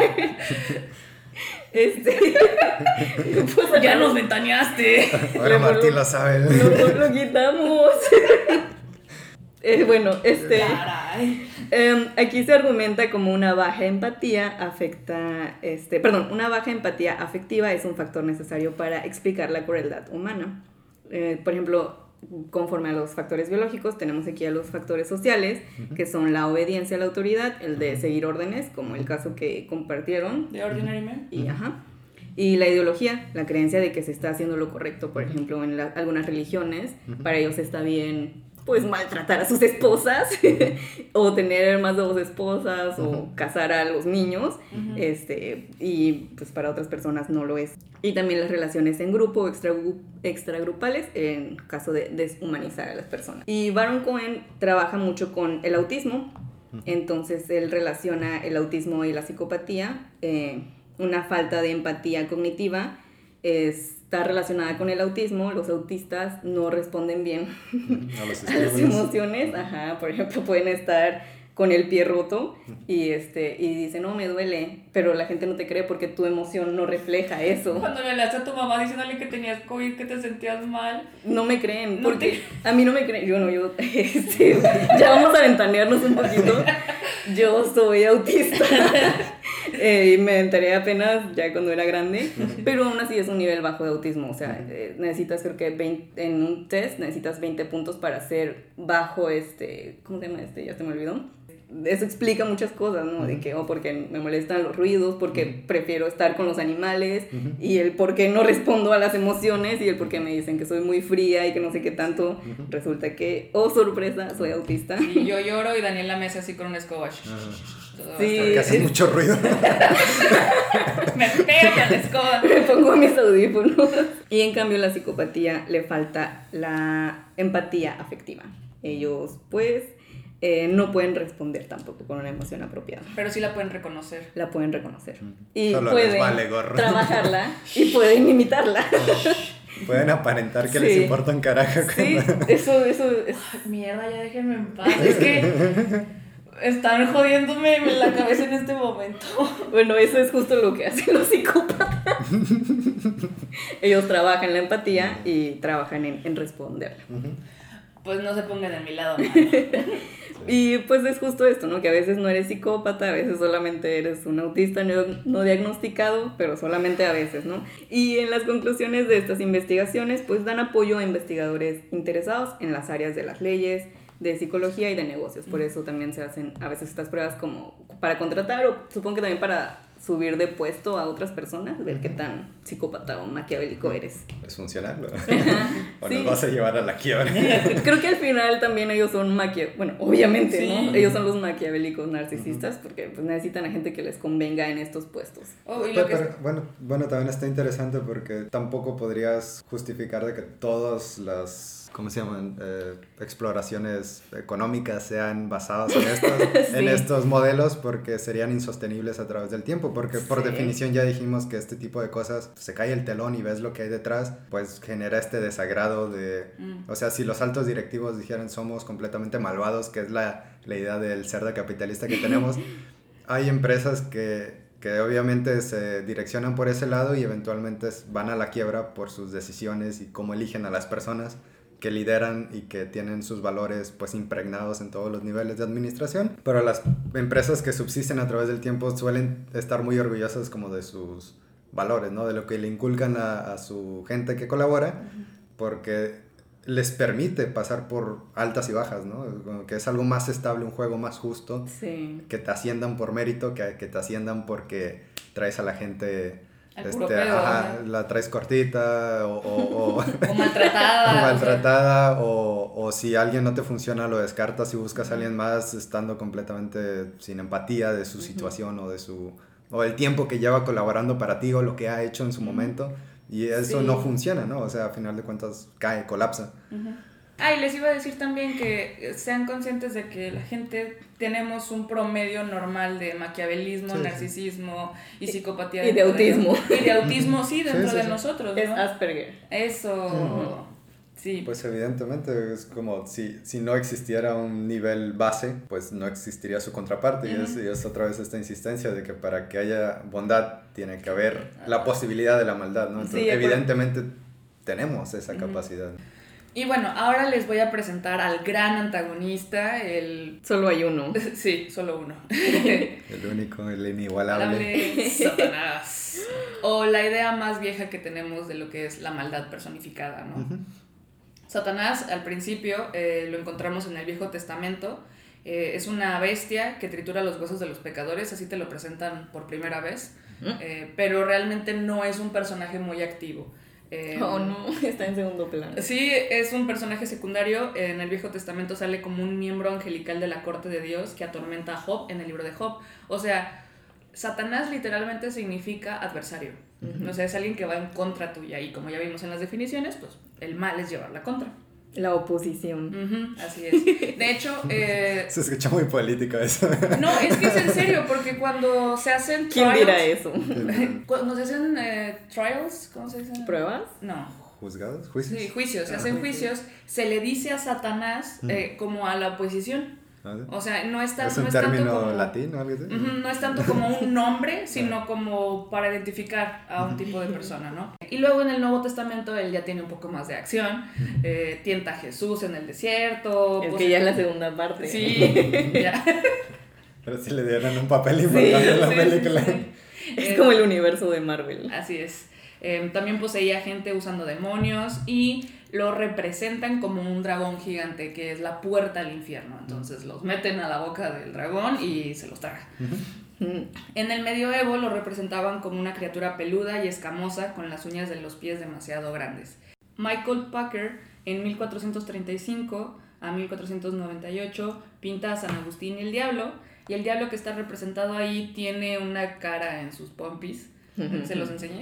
Pues ya nos ventaneaste. Ahora Martín lo sabe. Lo quitamos. Bueno, aquí se argumenta como una baja empatía una baja empatía afectiva es un factor necesario para explicar la crueldad humana. Por ejemplo, conforme a los factores biológicos, tenemos aquí a los factores sociales, que son la obediencia a la autoridad, el de seguir órdenes, como el caso que compartieron. The Ordinary Man. Y la ideología, la creencia de que se está haciendo lo correcto. Por ejemplo, en algunas religiones, para ellos está bien, pues, maltratar a sus esposas, o tener más de 2 esposas, o casar a los niños, y pues para otras personas no lo es. Y también las relaciones en grupo o extragrupales, en caso de deshumanizar a las personas. Y Baron Cohen trabaja mucho con el autismo, entonces él relaciona el autismo y la psicopatía. Una falta de empatía cognitiva está relacionada con el autismo. Los autistas no responden bien a las emociones. Por ejemplo, pueden estar con el pie roto y dicen, no, me duele, pero la gente no te cree porque tu emoción no refleja eso. Cuando le hablaste a tu mamá diciéndole que tenías COVID, que te sentías mal. No me creen, porque a mí no me creen. Ya vamos a ventanearnos un poquito. Yo soy autista. Y me enteré apenas ya cuando era grande, pero aún así es un nivel bajo de autismo, o sea, necesitas creo que en un test necesitas 20 puntos para ser bajo ¿cómo se llama Ya se me olvidó. Eso explica muchas cosas, ¿no? De que, porque me molestan los ruidos, porque prefiero estar con los animales, y el por qué no respondo a las emociones, y el por qué me dicen que soy muy fría y que no sé qué tanto. Resulta que, oh sorpresa, soy autista. Y yo lloro y Daniela me hace así con un escoba. Sí, porque hace mucho ruido. Me pego con la escoba. Me pongo mis audífonos. Y en cambio la psicopatía le falta la empatía afectiva. Ellos pues no pueden responder tampoco con una emoción apropiada. Pero sí la pueden reconocer. La pueden reconocer. Y solo pueden les vale gorro. trabajarla y pueden imitarla. Pueden aparentar que les importa un carajo. Sí, eso es... Ay, mierda, ya déjenme en paz. Es que están jodiéndome la cabeza en este momento. Bueno, eso es justo lo que hacen los psicópatas. Ellos trabajan la empatía y trabajan en responderla. Pues no se pongan de mi lado, mano. Y pues es justo esto, ¿no? Que a veces no eres psicópata, a veces solamente eres un autista no diagnosticado, pero solamente a veces, ¿no? Y en las conclusiones de estas investigaciones, pues dan apoyo a investigadores interesados en las áreas de las leyes, de psicología y de negocios. Por eso también se hacen a veces estas pruebas como para contratar, o supongo que también para subir de puesto a otras personas, ver qué tan psicópata o maquiavélico eres. Es funcional, ¿no? O Sí. nos vas a llevar a la quiebra. Creo que al final también ellos son bueno, obviamente, Sí. ¿no? Ellos son los maquiavélicos narcisistas porque pues necesitan a gente que les convenga en estos puestos. Oh, y lo que Pero, bueno, también está interesante porque tampoco podrías justificar de que todas las, ¿cómo se llaman? Exploraciones económicas sean basadas en Sí. en estos modelos, porque serían insostenibles a través del tiempo, porque por Sí. definición ya dijimos que este tipo de cosas, se cae el telón y ves lo que hay detrás, pues genera este desagrado de... O sea, si los altos directivos dijeran somos completamente malvados, que es la idea del cerdo capitalista que tenemos, hay empresas que obviamente se direccionan por ese lado y eventualmente van a la quiebra por sus decisiones y cómo eligen a las personas que lideran y que tienen sus valores pues impregnados en todos los niveles de administración. Pero las empresas que subsisten a través del tiempo suelen estar muy orgullosas como de sus valores, ¿no? De lo que le inculcan a su gente que colabora, porque les permite pasar por altas y bajas, ¿no? Como que es algo más estable, un juego más justo, Sí. que te asciendan por mérito, que te asciendan porque traes a la gente... Al puro pedo, la traes cortita o maltratada. o maltratada, o si alguien no te funciona lo descartas y buscas a alguien más estando completamente sin empatía de su situación o el tiempo que lleva colaborando para ti o lo que ha hecho en su momento, y eso Sí. no funciona, ¿no? O sea, a final de cuentas cae, colapsa. Y les iba a decir también que sean conscientes de que la gente tenemos un promedio normal de maquiavelismo, Sí, sí. narcisismo y psicopatía. Y de dentro autismo. Y de autismo, sí, dentro Sí, de sí. nosotros, ¿no? Es Asperger. Eso, sí. Pues evidentemente es como si no existiera un nivel base, pues no existiría su contraparte, y es otra vez esta insistencia de que para que haya bondad tiene que haber la posibilidad de la maldad, ¿no? Entonces, Sí, evidentemente tenemos esa capacidad. Y bueno, ahora les voy a presentar al gran antagonista, el... Solo hay uno. Sí, solo uno. El único, el inigualable. Hable Satanás. O la idea más vieja que tenemos de lo que es la maldad personificada, ¿no? Satanás, al principio, lo encontramos en el Viejo Testamento. Es una bestia que tritura los huesos de los pecadores, así te lo presentan por primera vez. Pero realmente no es un personaje muy activo. Oh, no, está en segundo plano. Sí, es un personaje secundario. En el Viejo Testamento sale como un miembro angelical de la corte de Dios que atormenta a Job en el libro de Job. O sea, Satanás literalmente significa adversario. O sea, es alguien que va en contra tuya. Y como ya vimos en las definiciones, pues el mal es llevar la contra. La oposición. Así es. De hecho, Se escucha muy político eso. no, es que es en serio, porque cuando se hacen ¿Quién trials, dirá eso? cuando se hacen trials, ¿cómo se dice? ¿Pruebas? No. ¿Juzgados? ¿Juicios? Sí, juicios, se hacen juicios, se le dice a Satanás como a la oposición. O sea, no es, ¿Es un no es tanto término como, latino o algo así? no es tanto como un nombre, sino como para identificar a un tipo de persona, ¿no? Y luego en el Nuevo Testamento él ya tiene un poco más de acción, tienta a Jesús en el desierto. Es pues, que ya es la segunda parte. Sí, ya. Pero si le dieron un papel importante en la película. Sí. Es como el universo de Marvel. Así es. También poseía gente usando demonios y lo representan como un dragón gigante que es la puerta al infierno. Entonces los meten a la boca del dragón y se los traga. En el medioevo lo representaban como una criatura peluda y escamosa con las uñas de los pies demasiado grandes. Michael Packer en 1435 a 1498 pinta a San Agustín y el diablo que está representado ahí tiene una cara en sus pompis. ¿Se los enseñé?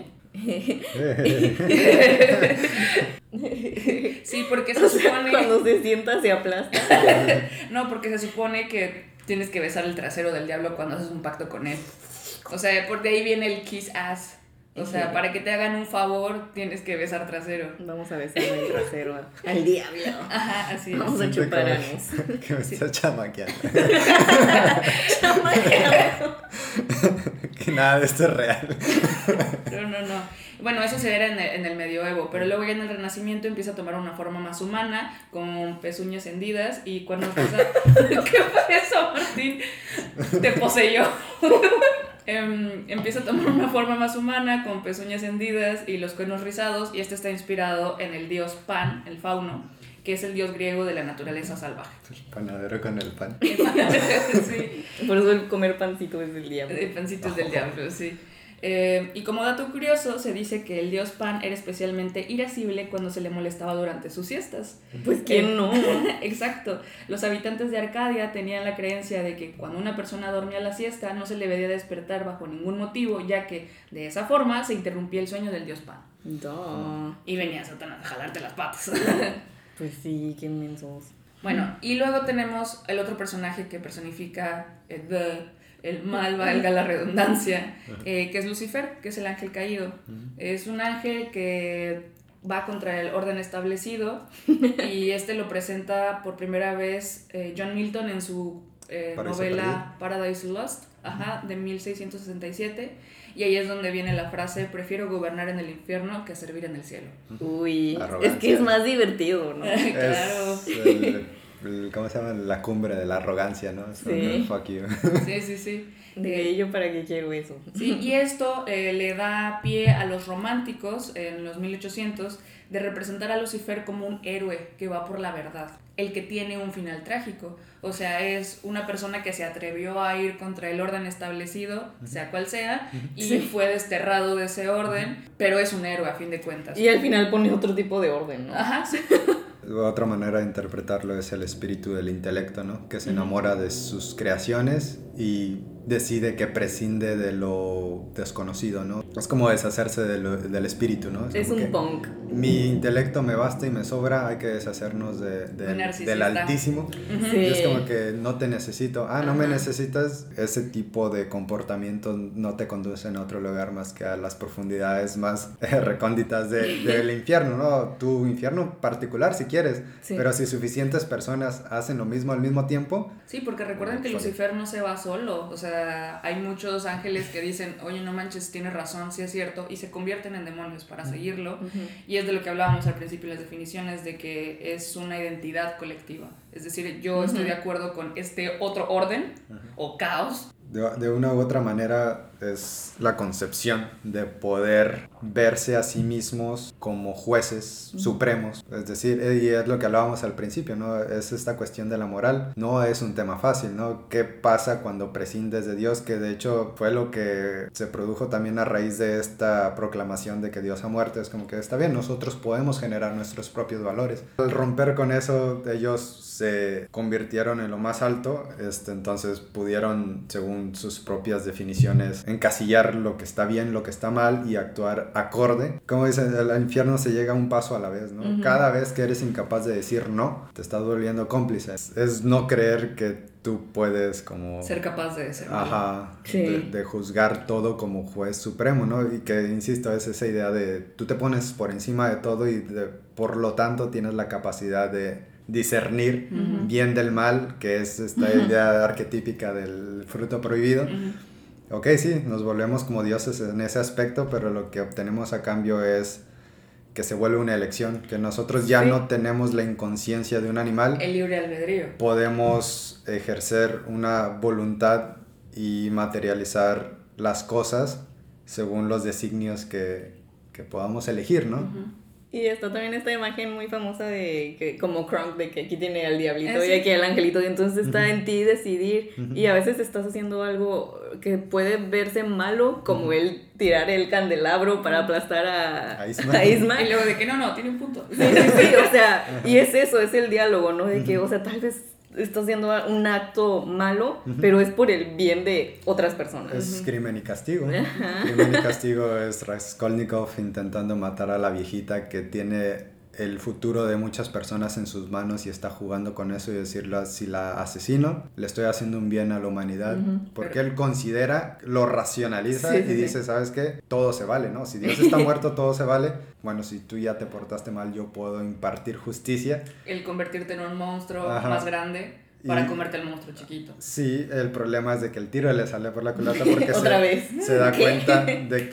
Sí, porque se supone... Cuando se sienta se aplasta. No, porque se supone que tienes que besar el trasero del diablo cuando haces un pacto con él. O sea, por de ahí viene el kiss ass. O sea, para que te hagan un favor, tienes que besar trasero. Vamos a besarle el trasero al diablo. Ajá, así es. Vamos a chuparnos. Que me está chamaqueando. Chamaqueando. Que nada de esto es real. No. Bueno, eso se era en el medioevo, pero luego ya en el Renacimiento empieza a tomar una forma más humana, con pezuñas hendidas y cuando empieza... ¿Qué fue eso, Martín? Te poseyó. Empieza a tomar una forma más humana, con pezuñas hendidas y los cuernos rizados, y este está inspirado en el dios Pan, el fauno, que es el dios griego de la naturaleza salvaje. El panadero con el pan. Sí. Por eso el comer pancito es del diablo. El pancito es del diablo, sí. Y como dato curioso, se dice que el dios Pan era especialmente irascible cuando se le molestaba durante sus siestas. Pues quién no. Exacto. Los habitantes de Arcadia tenían la creencia de que cuando una persona dormía la siesta no se le debía despertar bajo ningún motivo, ya que de esa forma se interrumpía el sueño del dios Pan. Y venía Satanás a jalarte las patas. Pues sí, qué inmensos. Bueno, y luego tenemos el otro personaje que personifica el mal, valga la redundancia, que es Lucifer, que es el ángel caído. Es un ángel que va contra el orden establecido y este lo presenta por primera vez John Milton en su novela Paradise Lost, de 1667, y ahí es donde viene la frase: prefiero gobernar en el infierno que servir en el cielo. Uy, es que es más divertido, ¿no? Claro. ¿Cómo se llama? La cumbre de la arrogancia, ¿no? Sí. Fuck you. Sí. De ello, ¿para qué quiero eso? Sí, y esto le da pie a los románticos en los 1800 de representar a Lucifer como un héroe que va por la verdad, el que tiene un final trágico. O sea, es una persona que se atrevió a ir contra el orden establecido, sea cual sea, y fue desterrado de ese orden, pero es un héroe a fin de cuentas. Y al final pone otro tipo de orden, ¿no? Ajá, sí. Otra manera de interpretarlo es el espíritu del intelecto, ¿no? Que se enamora de sus creaciones y decide que prescinde de lo desconocido, ¿no? Es como deshacerse del espíritu, ¿no? Es un punk. Mi intelecto me basta y me sobra, hay que deshacernos del altísimo. Sí. Y es como que no te necesito. No me necesitas. Ese tipo de comportamientos no te conducen a otro lugar más que a las profundidades más recónditas del infierno, ¿no? Tu infierno particular si quieres, pero si suficientes personas hacen lo mismo al mismo tiempo. Sí, porque recuerden que Lucifer no se va solo, o sea, hay muchos ángeles que dicen, oye, no manches, tienes razón, sí es cierto, y se convierten en demonios para seguirlo, y es de lo que hablábamos al principio en las definiciones, de que es una identidad colectiva, es decir, yo estoy de acuerdo con este otro orden, o caos. De una u otra manera es la concepción de poder verse a sí mismos como jueces supremos, es decir, y es lo que hablábamos al principio, ¿no? Es esta cuestión de la moral, no es un tema fácil, ¿no? ¿Qué pasa cuando prescindes de Dios? Que de hecho fue lo que se produjo también a raíz de esta proclamación de que Dios ha muerto. Es como que está bien, nosotros podemos generar nuestros propios valores. Al romper con eso, ellos se convirtieron en lo más alto, entonces pudieron, según sus propias definiciones, encasillar lo que está bien, lo que está mal y actuar acorde. Como dicen, al infierno se llega un paso a la vez, ¿no? Cada vez que eres incapaz de decir no, te estás volviendo cómplice. Es no creer que tú puedes como... ser capaz de ser. Sí. De juzgar todo como juez supremo, ¿no? Y que, insisto, es esa idea de tú te pones por encima de todo y por lo tanto tienes la capacidad de discernir bien del mal, que es esta idea arquetípica del fruto prohibido. Ok, sí, nos volvemos como dioses en ese aspecto, pero lo que obtenemos a cambio es que se vuelve una elección, que nosotros ya no tenemos la inconsciencia de un animal. El libre albedrío. Podemos ejercer una voluntad y materializar las cosas según los designios que podamos elegir, ¿no? Y está también esta imagen muy famosa de que como Kronk, de que aquí tiene al diablito y aquí al angelito, y entonces está en ti decidir, y a veces estás haciendo algo que puede verse malo, como el tirar el candelabro para aplastar a Isma. Y luego de que no, tiene un punto. Sí, o sea, y es eso, es el diálogo, ¿no? De que, o sea, tal vez estás haciendo un acto malo, pero es por el bien de otras personas. Es Crimen y Castigo. Crimen y Castigo es Raskolnikov intentando matar a la viejita que tiene el futuro de muchas personas en sus manos y está jugando con eso y decirle, si la asesino, le estoy haciendo un bien a la humanidad, porque él considera, lo racionaliza y dice, ¿sabes qué? Todo se vale, ¿no? Si Dios está muerto, todo se vale. Bueno, si tú ya te portaste mal, yo puedo impartir justicia. El convertirte en un monstruo más grande para comerte al monstruo chiquito. Sí, el problema es de que el tiro le sale por la culata porque se da ¿Qué? cuenta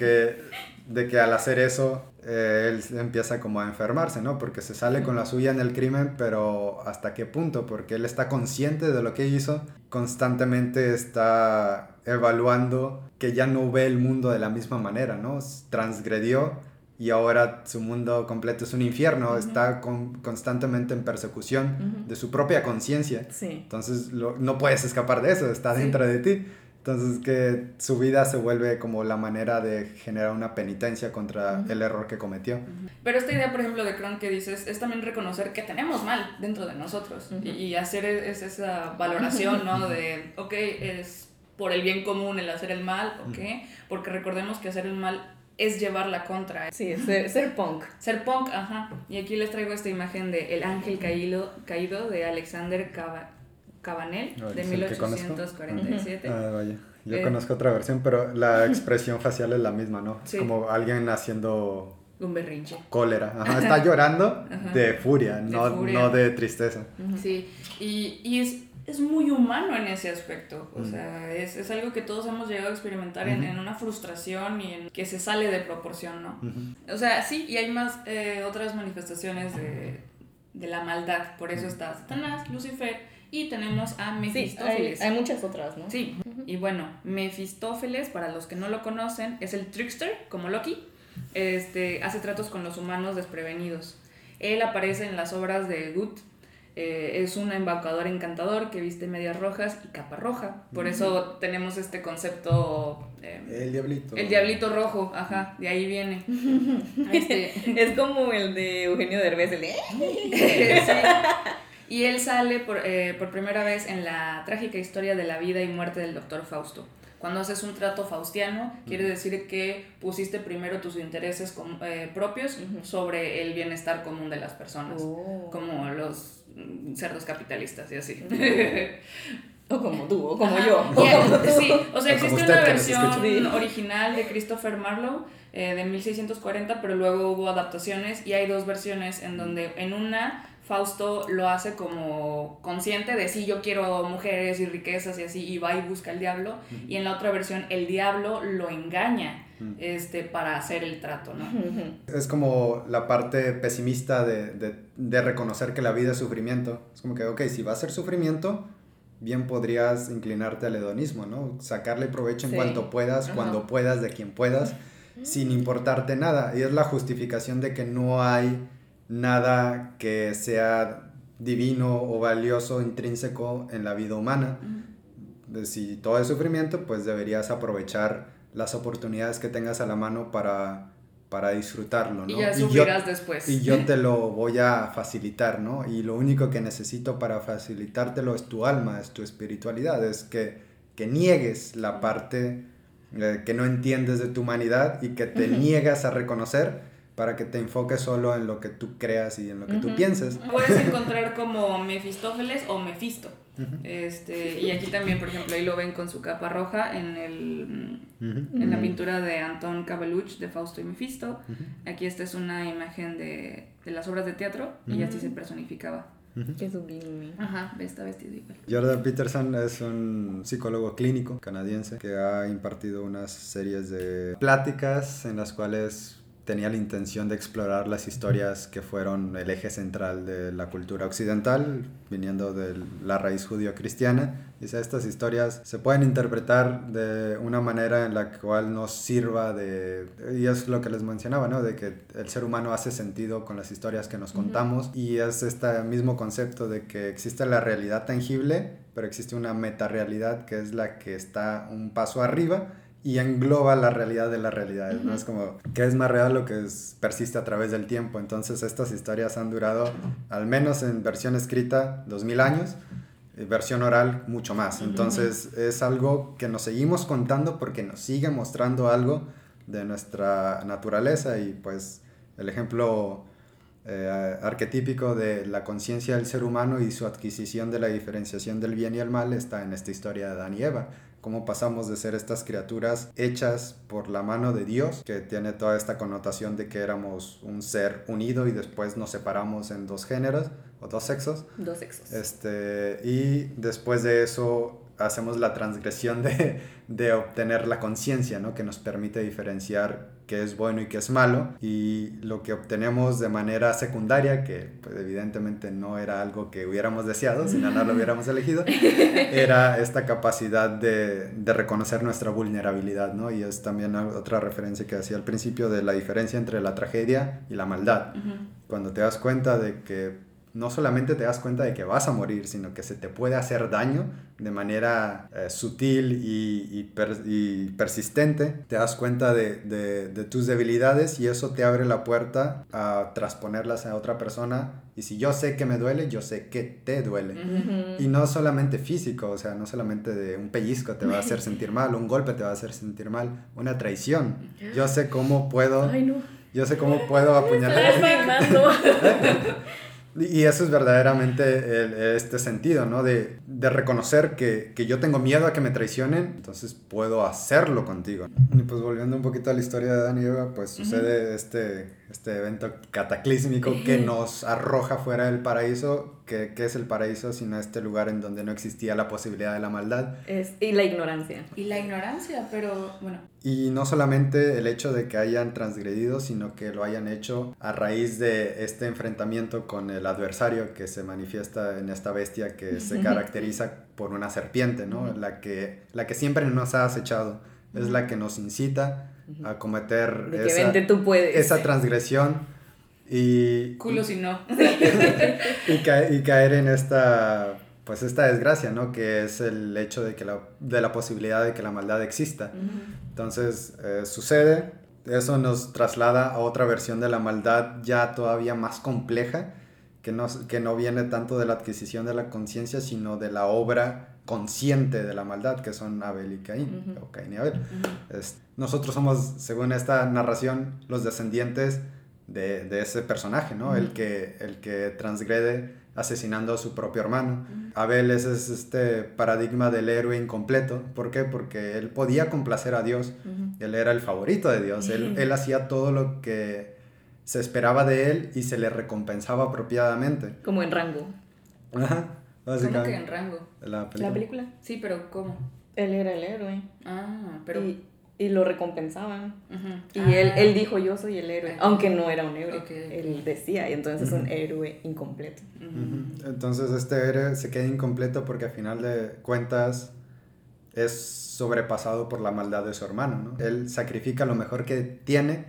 de que al hacer eso él empieza como a enfermarse, ¿no? Porque se sale con la suya en el crimen, pero ¿hasta qué punto? Porque él está consciente de lo que hizo, constantemente está evaluando que ya no ve el mundo de la misma manera, ¿no? Transgredió y ahora su mundo completo es un infierno, está constantemente en persecución de su propia conciencia. Entonces no puedes escapar de eso, está dentro de ti. Entonces que su vida se vuelve como la manera de generar una penitencia contra el error que cometió. Pero esta idea, por ejemplo, de Kronk que dices, es también reconocer que tenemos mal dentro de nosotros y hacer esa valoración, ¿no? De, ok, es por el bien común el hacer el mal, ok, porque recordemos que hacer el mal es llevar la contra. Sí, ser punk. Ser punk, Y aquí les traigo esta imagen de El ángel caído de Alexander Cabanel, de 1847. Vaya. Yo conozco otra versión, pero la expresión facial es la misma, ¿no? Sí. Es como alguien haciendo un berrinche. Cólera. Está llorando de furia, no de tristeza. Sí, y es muy humano en ese aspecto. O sea, es algo que todos hemos llegado a experimentar en una frustración y en que se sale de proporción, ¿no? O sea, sí, y hay más otras manifestaciones de la maldad. Por eso está Satanás, Lucifer. Y tenemos a Mefistófeles. Sí, hay muchas otras, ¿no? Sí, y bueno, Mefistófeles, para los que no lo conocen, es el trickster, como Loki. Hace tratos con los humanos desprevenidos. Él aparece en las obras de Goethe. Es un embaucador encantador que viste medias rojas y capa roja. Por eso tenemos este concepto... el diablito. El diablito rojo, de ahí viene. Es como el de Eugenio Derbez, el de... Sí. Y él sale por primera vez en la trágica historia de la vida y muerte del Dr. Fausto. Cuando haces un trato faustiano, quiere decir que pusiste primero tus intereses propios sobre el bienestar común de las personas, como los cerdos capitalistas y así. O como tú, o como yo. Sí, o sea, existe una versión original de Christopher Marlowe de 1640, pero luego hubo adaptaciones y hay dos versiones en donde en una Fausto lo hace como consciente de sí, yo quiero mujeres y riquezas y así, y va y busca al diablo, y en la otra versión el diablo lo engaña para hacer el trato, ¿no? Es como la parte pesimista de reconocer que la vida es sufrimiento. Es como que, ok, si va a ser sufrimiento, bien podrías inclinarte al hedonismo, ¿no? Sacarle provecho en cuanto puedas, cuando puedas, de quien puedas, sin importarte nada. Y es la justificación de que no hay nada que sea divino o valioso, intrínseco en la vida humana. Si todo es sufrimiento, pues deberías aprovechar las oportunidades que tengas a la mano para disfrutarlo, ¿no? Y ya sufrirás después. Y yo te lo voy a facilitar, ¿no? Y lo único que necesito para facilitártelo es tu alma, es tu espiritualidad, es que niegues la parte que no entiendes de tu humanidad y que te niegas a reconocer para que te enfoques solo en lo que tú creas y en lo que tú pienses. Puedes encontrar como Mefistófeles o Mefisto. Y aquí también, por ejemplo, ahí lo ven con su capa roja en la pintura de Anton Cabeluch de Fausto y Mefisto. Aquí esta es una imagen de las obras de teatro y así se personificaba. Qué sublime. Está vestido igual. Jordan Peterson es un psicólogo clínico canadiense que ha impartido unas series de pláticas en las cuales tenía la intención de explorar las historias que fueron el eje central de la cultura occidental, viniendo de la raíz judío-cristiana. Dice, estas historias se pueden interpretar de una manera en la cual nos sirva de... Y es lo que les mencionaba, ¿no? De que el ser humano hace sentido con las historias que nos contamos, y es este mismo concepto de que existe la realidad tangible, pero existe una metarealidad que es la que está un paso arriba y engloba la realidad de las realidades, ¿no? Es como que es más real lo que persiste a través del tiempo. Entonces estas historias han durado, al menos en versión escrita, 2000 años, versión oral mucho más. Entonces es algo que nos seguimos contando porque nos sigue mostrando algo de nuestra naturaleza, y pues el ejemplo arquetípico de la conciencia del ser humano y su adquisición de la diferenciación del bien y el mal está en esta historia de Adán y Eva. Cómo pasamos de ser estas criaturas hechas por la mano de Dios, que tiene toda esta connotación de que éramos un ser unido y después nos separamos en dos géneros o dos sexos. Dos sexos. Y después de eso hacemos la transgresión de obtener la conciencia, ¿no? Que nos permite diferenciar qué es bueno y qué es malo, y lo que obtenemos de manera secundaria, que pues, evidentemente no era algo que hubiéramos deseado, si no lo hubiéramos elegido, era esta capacidad de reconocer nuestra vulnerabilidad, ¿no? Y es también otra referencia que hacía al principio de la diferencia entre la tragedia y la maldad. Cuando te das cuenta de que no solamente te das cuenta de que vas a morir, sino que se te puede hacer daño de manera sutil y persistente. Te das cuenta de tus debilidades, y eso te abre la puerta a transponerlas a otra persona. Y si yo sé que me duele, yo sé que te duele. Y no solamente físico, o sea, no solamente de un pellizco te va a hacer sentir mal, un golpe te va a hacer sentir mal, una traición. Yo sé cómo puedo... Ay, no. Yo sé cómo puedo apuñalar. Y eso es verdaderamente este sentido, ¿no? De reconocer que yo tengo miedo a que me traicionen, entonces puedo hacerlo contigo. Y pues volviendo un poquito a la historia de Adán y Eva, pues sucede este evento cataclísmico que nos arroja fuera del paraíso. ¿Qué es el paraíso sino este lugar en donde no existía la posibilidad de la maldad? Y la ignorancia. Y la ignorancia, pero bueno. Y no solamente el hecho de que hayan transgredido, sino que lo hayan hecho a raíz de este enfrentamiento con el adversario que se manifiesta en esta bestia que se caracteriza por una serpiente, ¿no? La que siempre nos ha acechado, es la que nos incita a cometer de que vente, tú puedes. Esa transgresión. Y culo si no. y caer en esta desgracia, ¿no? Que es el hecho de la posibilidad de que la maldad exista. Entonces sucede, eso nos traslada a otra versión de la maldad ya todavía más compleja, que no viene tanto de la adquisición de la conciencia, sino de la obra consciente de la maldad, que son Abel y Caín, o Caín y Abel. Nosotros somos, según esta narración, los descendientes de ese personaje, ¿no? El que transgrede asesinando a su propio hermano. Abel es este paradigma del héroe incompleto. ¿Por qué? Porque él podía complacer a Dios. Él era el favorito de Dios. Él hacía todo lo que se esperaba de él y se le recompensaba apropiadamente. Como en Rango. Ajá. ¿Cómo que en Rango? ¿La película? Sí, pero ¿cómo? Él era el héroe. Ah, pero... Y lo recompensaban. Y él dijo, yo soy el héroe. Aunque no era un héroe. Él decía, y entonces es un héroe incompleto. Entonces este héroe se queda incompleto porque al final de cuentas es sobrepasado por la maldad de su hermano, ¿no? Él sacrifica lo mejor que tiene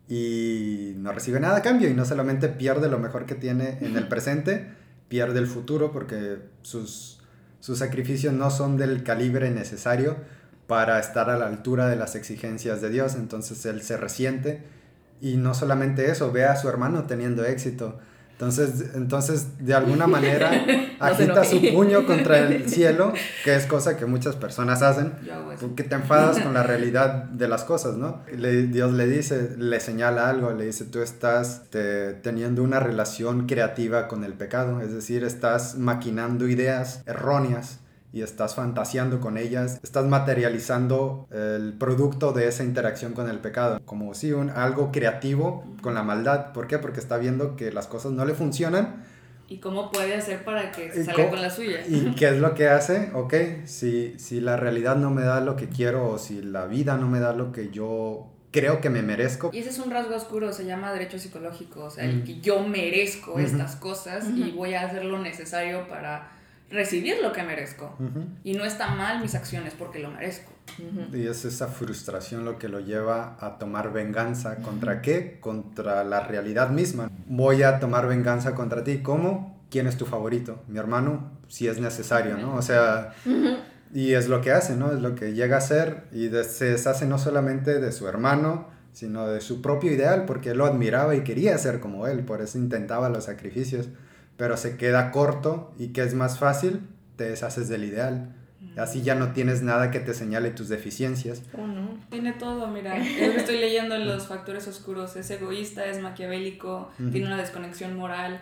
y no recibe nada a cambio, y no solamente pierde lo mejor que tiene en el presente, pierde el futuro, porque sus sacrificios no son del calibre necesario para estar a la altura de las exigencias de Dios. Entonces él se resiente, y no solamente eso, ve a su hermano teniendo éxito. Entonces de alguna manera agita su puño contra el cielo, que es cosa que muchas personas hacen, porque te enfadas con la realidad de las cosas, ¿no? Dios le señala algo, le dice, tú estás teniendo una relación creativa con el pecado, es decir, estás maquinando ideas erróneas y estás fantaseando con ellas, estás materializando el producto de esa interacción con el pecado, como si algo creativo con la maldad. ¿Por qué? Porque está viendo que las cosas no le funcionan. ¿Y cómo puede hacer para que se salga con la suya? ¿Y qué es lo que hace? Si la realidad no me da lo que quiero, o si la vida no me da lo que yo creo que me merezco. Y ese es un rasgo oscuro, se llama derecho psicológico, o sea, el que yo merezco estas cosas y voy a hacer lo necesario para recibir lo que merezco. Y no está mal mis acciones porque lo merezco. Y es esa frustración lo que lo lleva a tomar venganza. ¿Contra qué? Contra la realidad misma. Voy a tomar venganza contra ti. ¿Cómo? ¿Quién es tu favorito? Mi hermano, si es necesario, ¿no? O sea, y es lo que hace, ¿no? Es lo que llega a hacer y se deshace no solamente de su hermano, sino de su propio ideal, porque él lo admiraba y quería ser como él, por eso intentaba los sacrificios, pero se queda corto. ¿Y qué es más fácil? Te deshaces del ideal. Así ya no tienes nada que te señale tus deficiencias. Oh, no. Tiene todo, mira. Es que estoy leyendo los factores oscuros. Es egoísta, es maquiavélico, tiene una desconexión moral,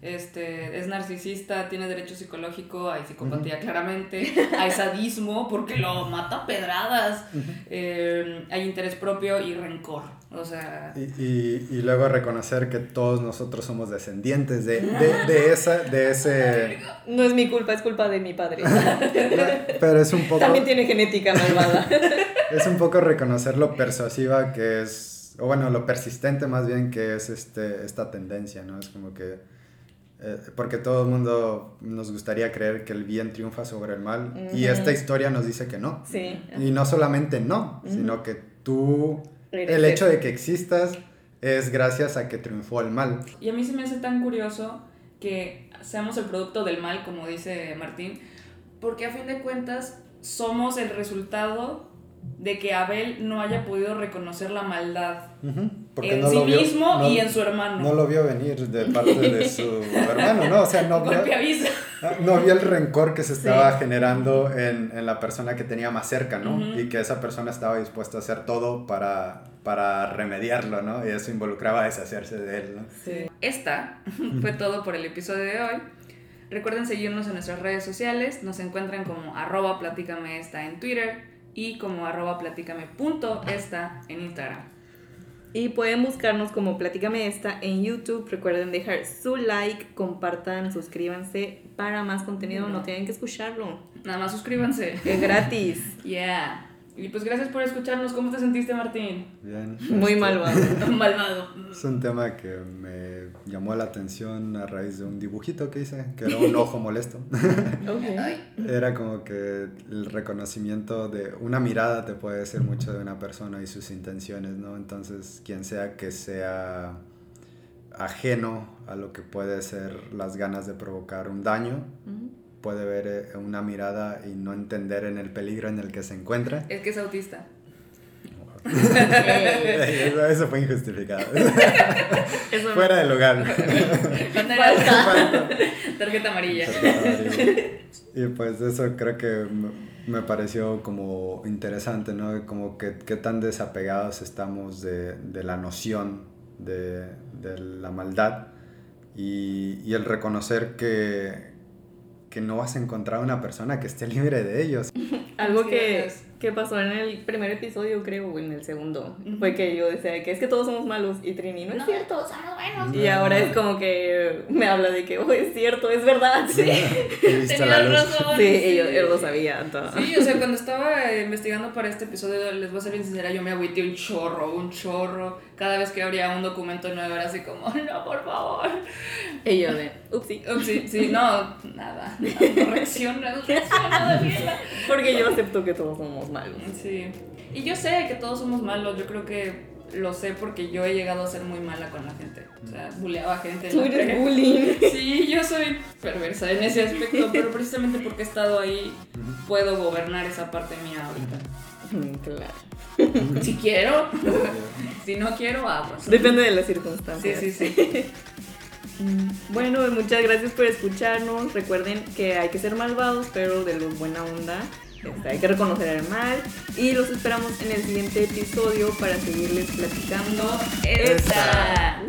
es narcisista, tiene derecho psicológico, hay psicopatía claramente, hay sadismo porque lo mata a pedradas, hay interés propio y rencor. O sea... Y luego reconocer que todos nosotros somos descendientes de ese... No es mi culpa, es culpa de mi padre. Pero es un poco... También tiene genética malvada. Es un poco reconocer lo persuasiva que es, o bueno, lo persistente más bien que es esta tendencia, ¿no? Es como que... porque todo el mundo nos gustaría creer que el bien triunfa sobre el mal, y esta historia nos dice que no. Sí. Y no solamente no, sino que tú... El hecho de que existas es gracias a que triunfó el mal. Y a mí se me hace tan curioso que seamos el producto del mal, como dice Martín, porque a fin de cuentas somos el resultado de que Abel no haya podido reconocer la maldad en sí mismo y en su hermano. No lo vio venir de parte de su hermano, ¿no? O sea, no vio el rencor que se estaba generando en la persona que tenía más cerca, ¿no? Y que esa persona estaba dispuesta a hacer todo para remediarlo, ¿no? Y eso involucraba deshacerse de él, ¿no? Sí. Fue todo por el episodio de hoy. Recuerden seguirnos en nuestras redes sociales. Nos encuentran como @platícameesta en Twitter y como @platicame.esta en Instagram. Y pueden buscarnos como Platícame Esta en YouTube. Recuerden dejar su like, compartan, suscríbanse para más contenido. No tienen que escucharlo. Nada más suscríbanse. Es gratis. Yeah. Y pues gracias por escucharnos. ¿Cómo te sentiste, Martín? Bien. Muy malvado. Malvado. Es un tema que me llamó la atención a raíz de un dibujito que hice, que era un ojo molesto. Okay. Era como que el reconocimiento de una mirada te puede decir mucho de una persona y sus intenciones, ¿no? Entonces, quien sea que sea ajeno a lo que puede ser las ganas de provocar un daño, puede ver una mirada y no entender en el peligro en el que se encuentra. Es que es autista. Eso fue injustificado. Eso Fuera de lugar. Tarjeta amarilla. Y pues eso creo que me pareció como interesante, ¿no? Como que qué tan desapegados estamos de la noción de la maldad y el reconocer que no vas a encontrar una persona que esté libre de ellos. Algo que pasó en el primer episodio, creo, o en el segundo, fue que yo decía que es que todos somos malos, y Trini, no es cierto, todos somos buenos. Y ahora es como que me habla de que, oh, es cierto, es verdad. Sí. Tenías razón. Sí, yo lo sabía. Todo. Sí, o sea, cuando estaba investigando para este episodio, les voy a ser bien sincera, yo me agüité un chorro. Cada vez que abría un documento nuevo era así como, no, por favor. Y yo de, upsi, sí, no, nada, no reacciono nada bien. Porque yo acepto que todos somos malos. Sí, y yo sé que todos somos malos, yo creo que lo sé porque yo he llegado a ser muy mala con la gente, o sea, bulleaba a gente. Tú eres bullying. Sí, yo soy perversa en ese aspecto, pero precisamente porque he estado ahí, puedo gobernar esa parte mía ahorita. Claro. Si quiero, si no quiero, aguas. Depende de las circunstancias. Sí. Bueno, muchas gracias por escucharnos. Recuerden que hay que ser malvados, pero de los buena onda. Hay que reconocer el mal. Y los esperamos en el siguiente episodio para seguirles platicando esta.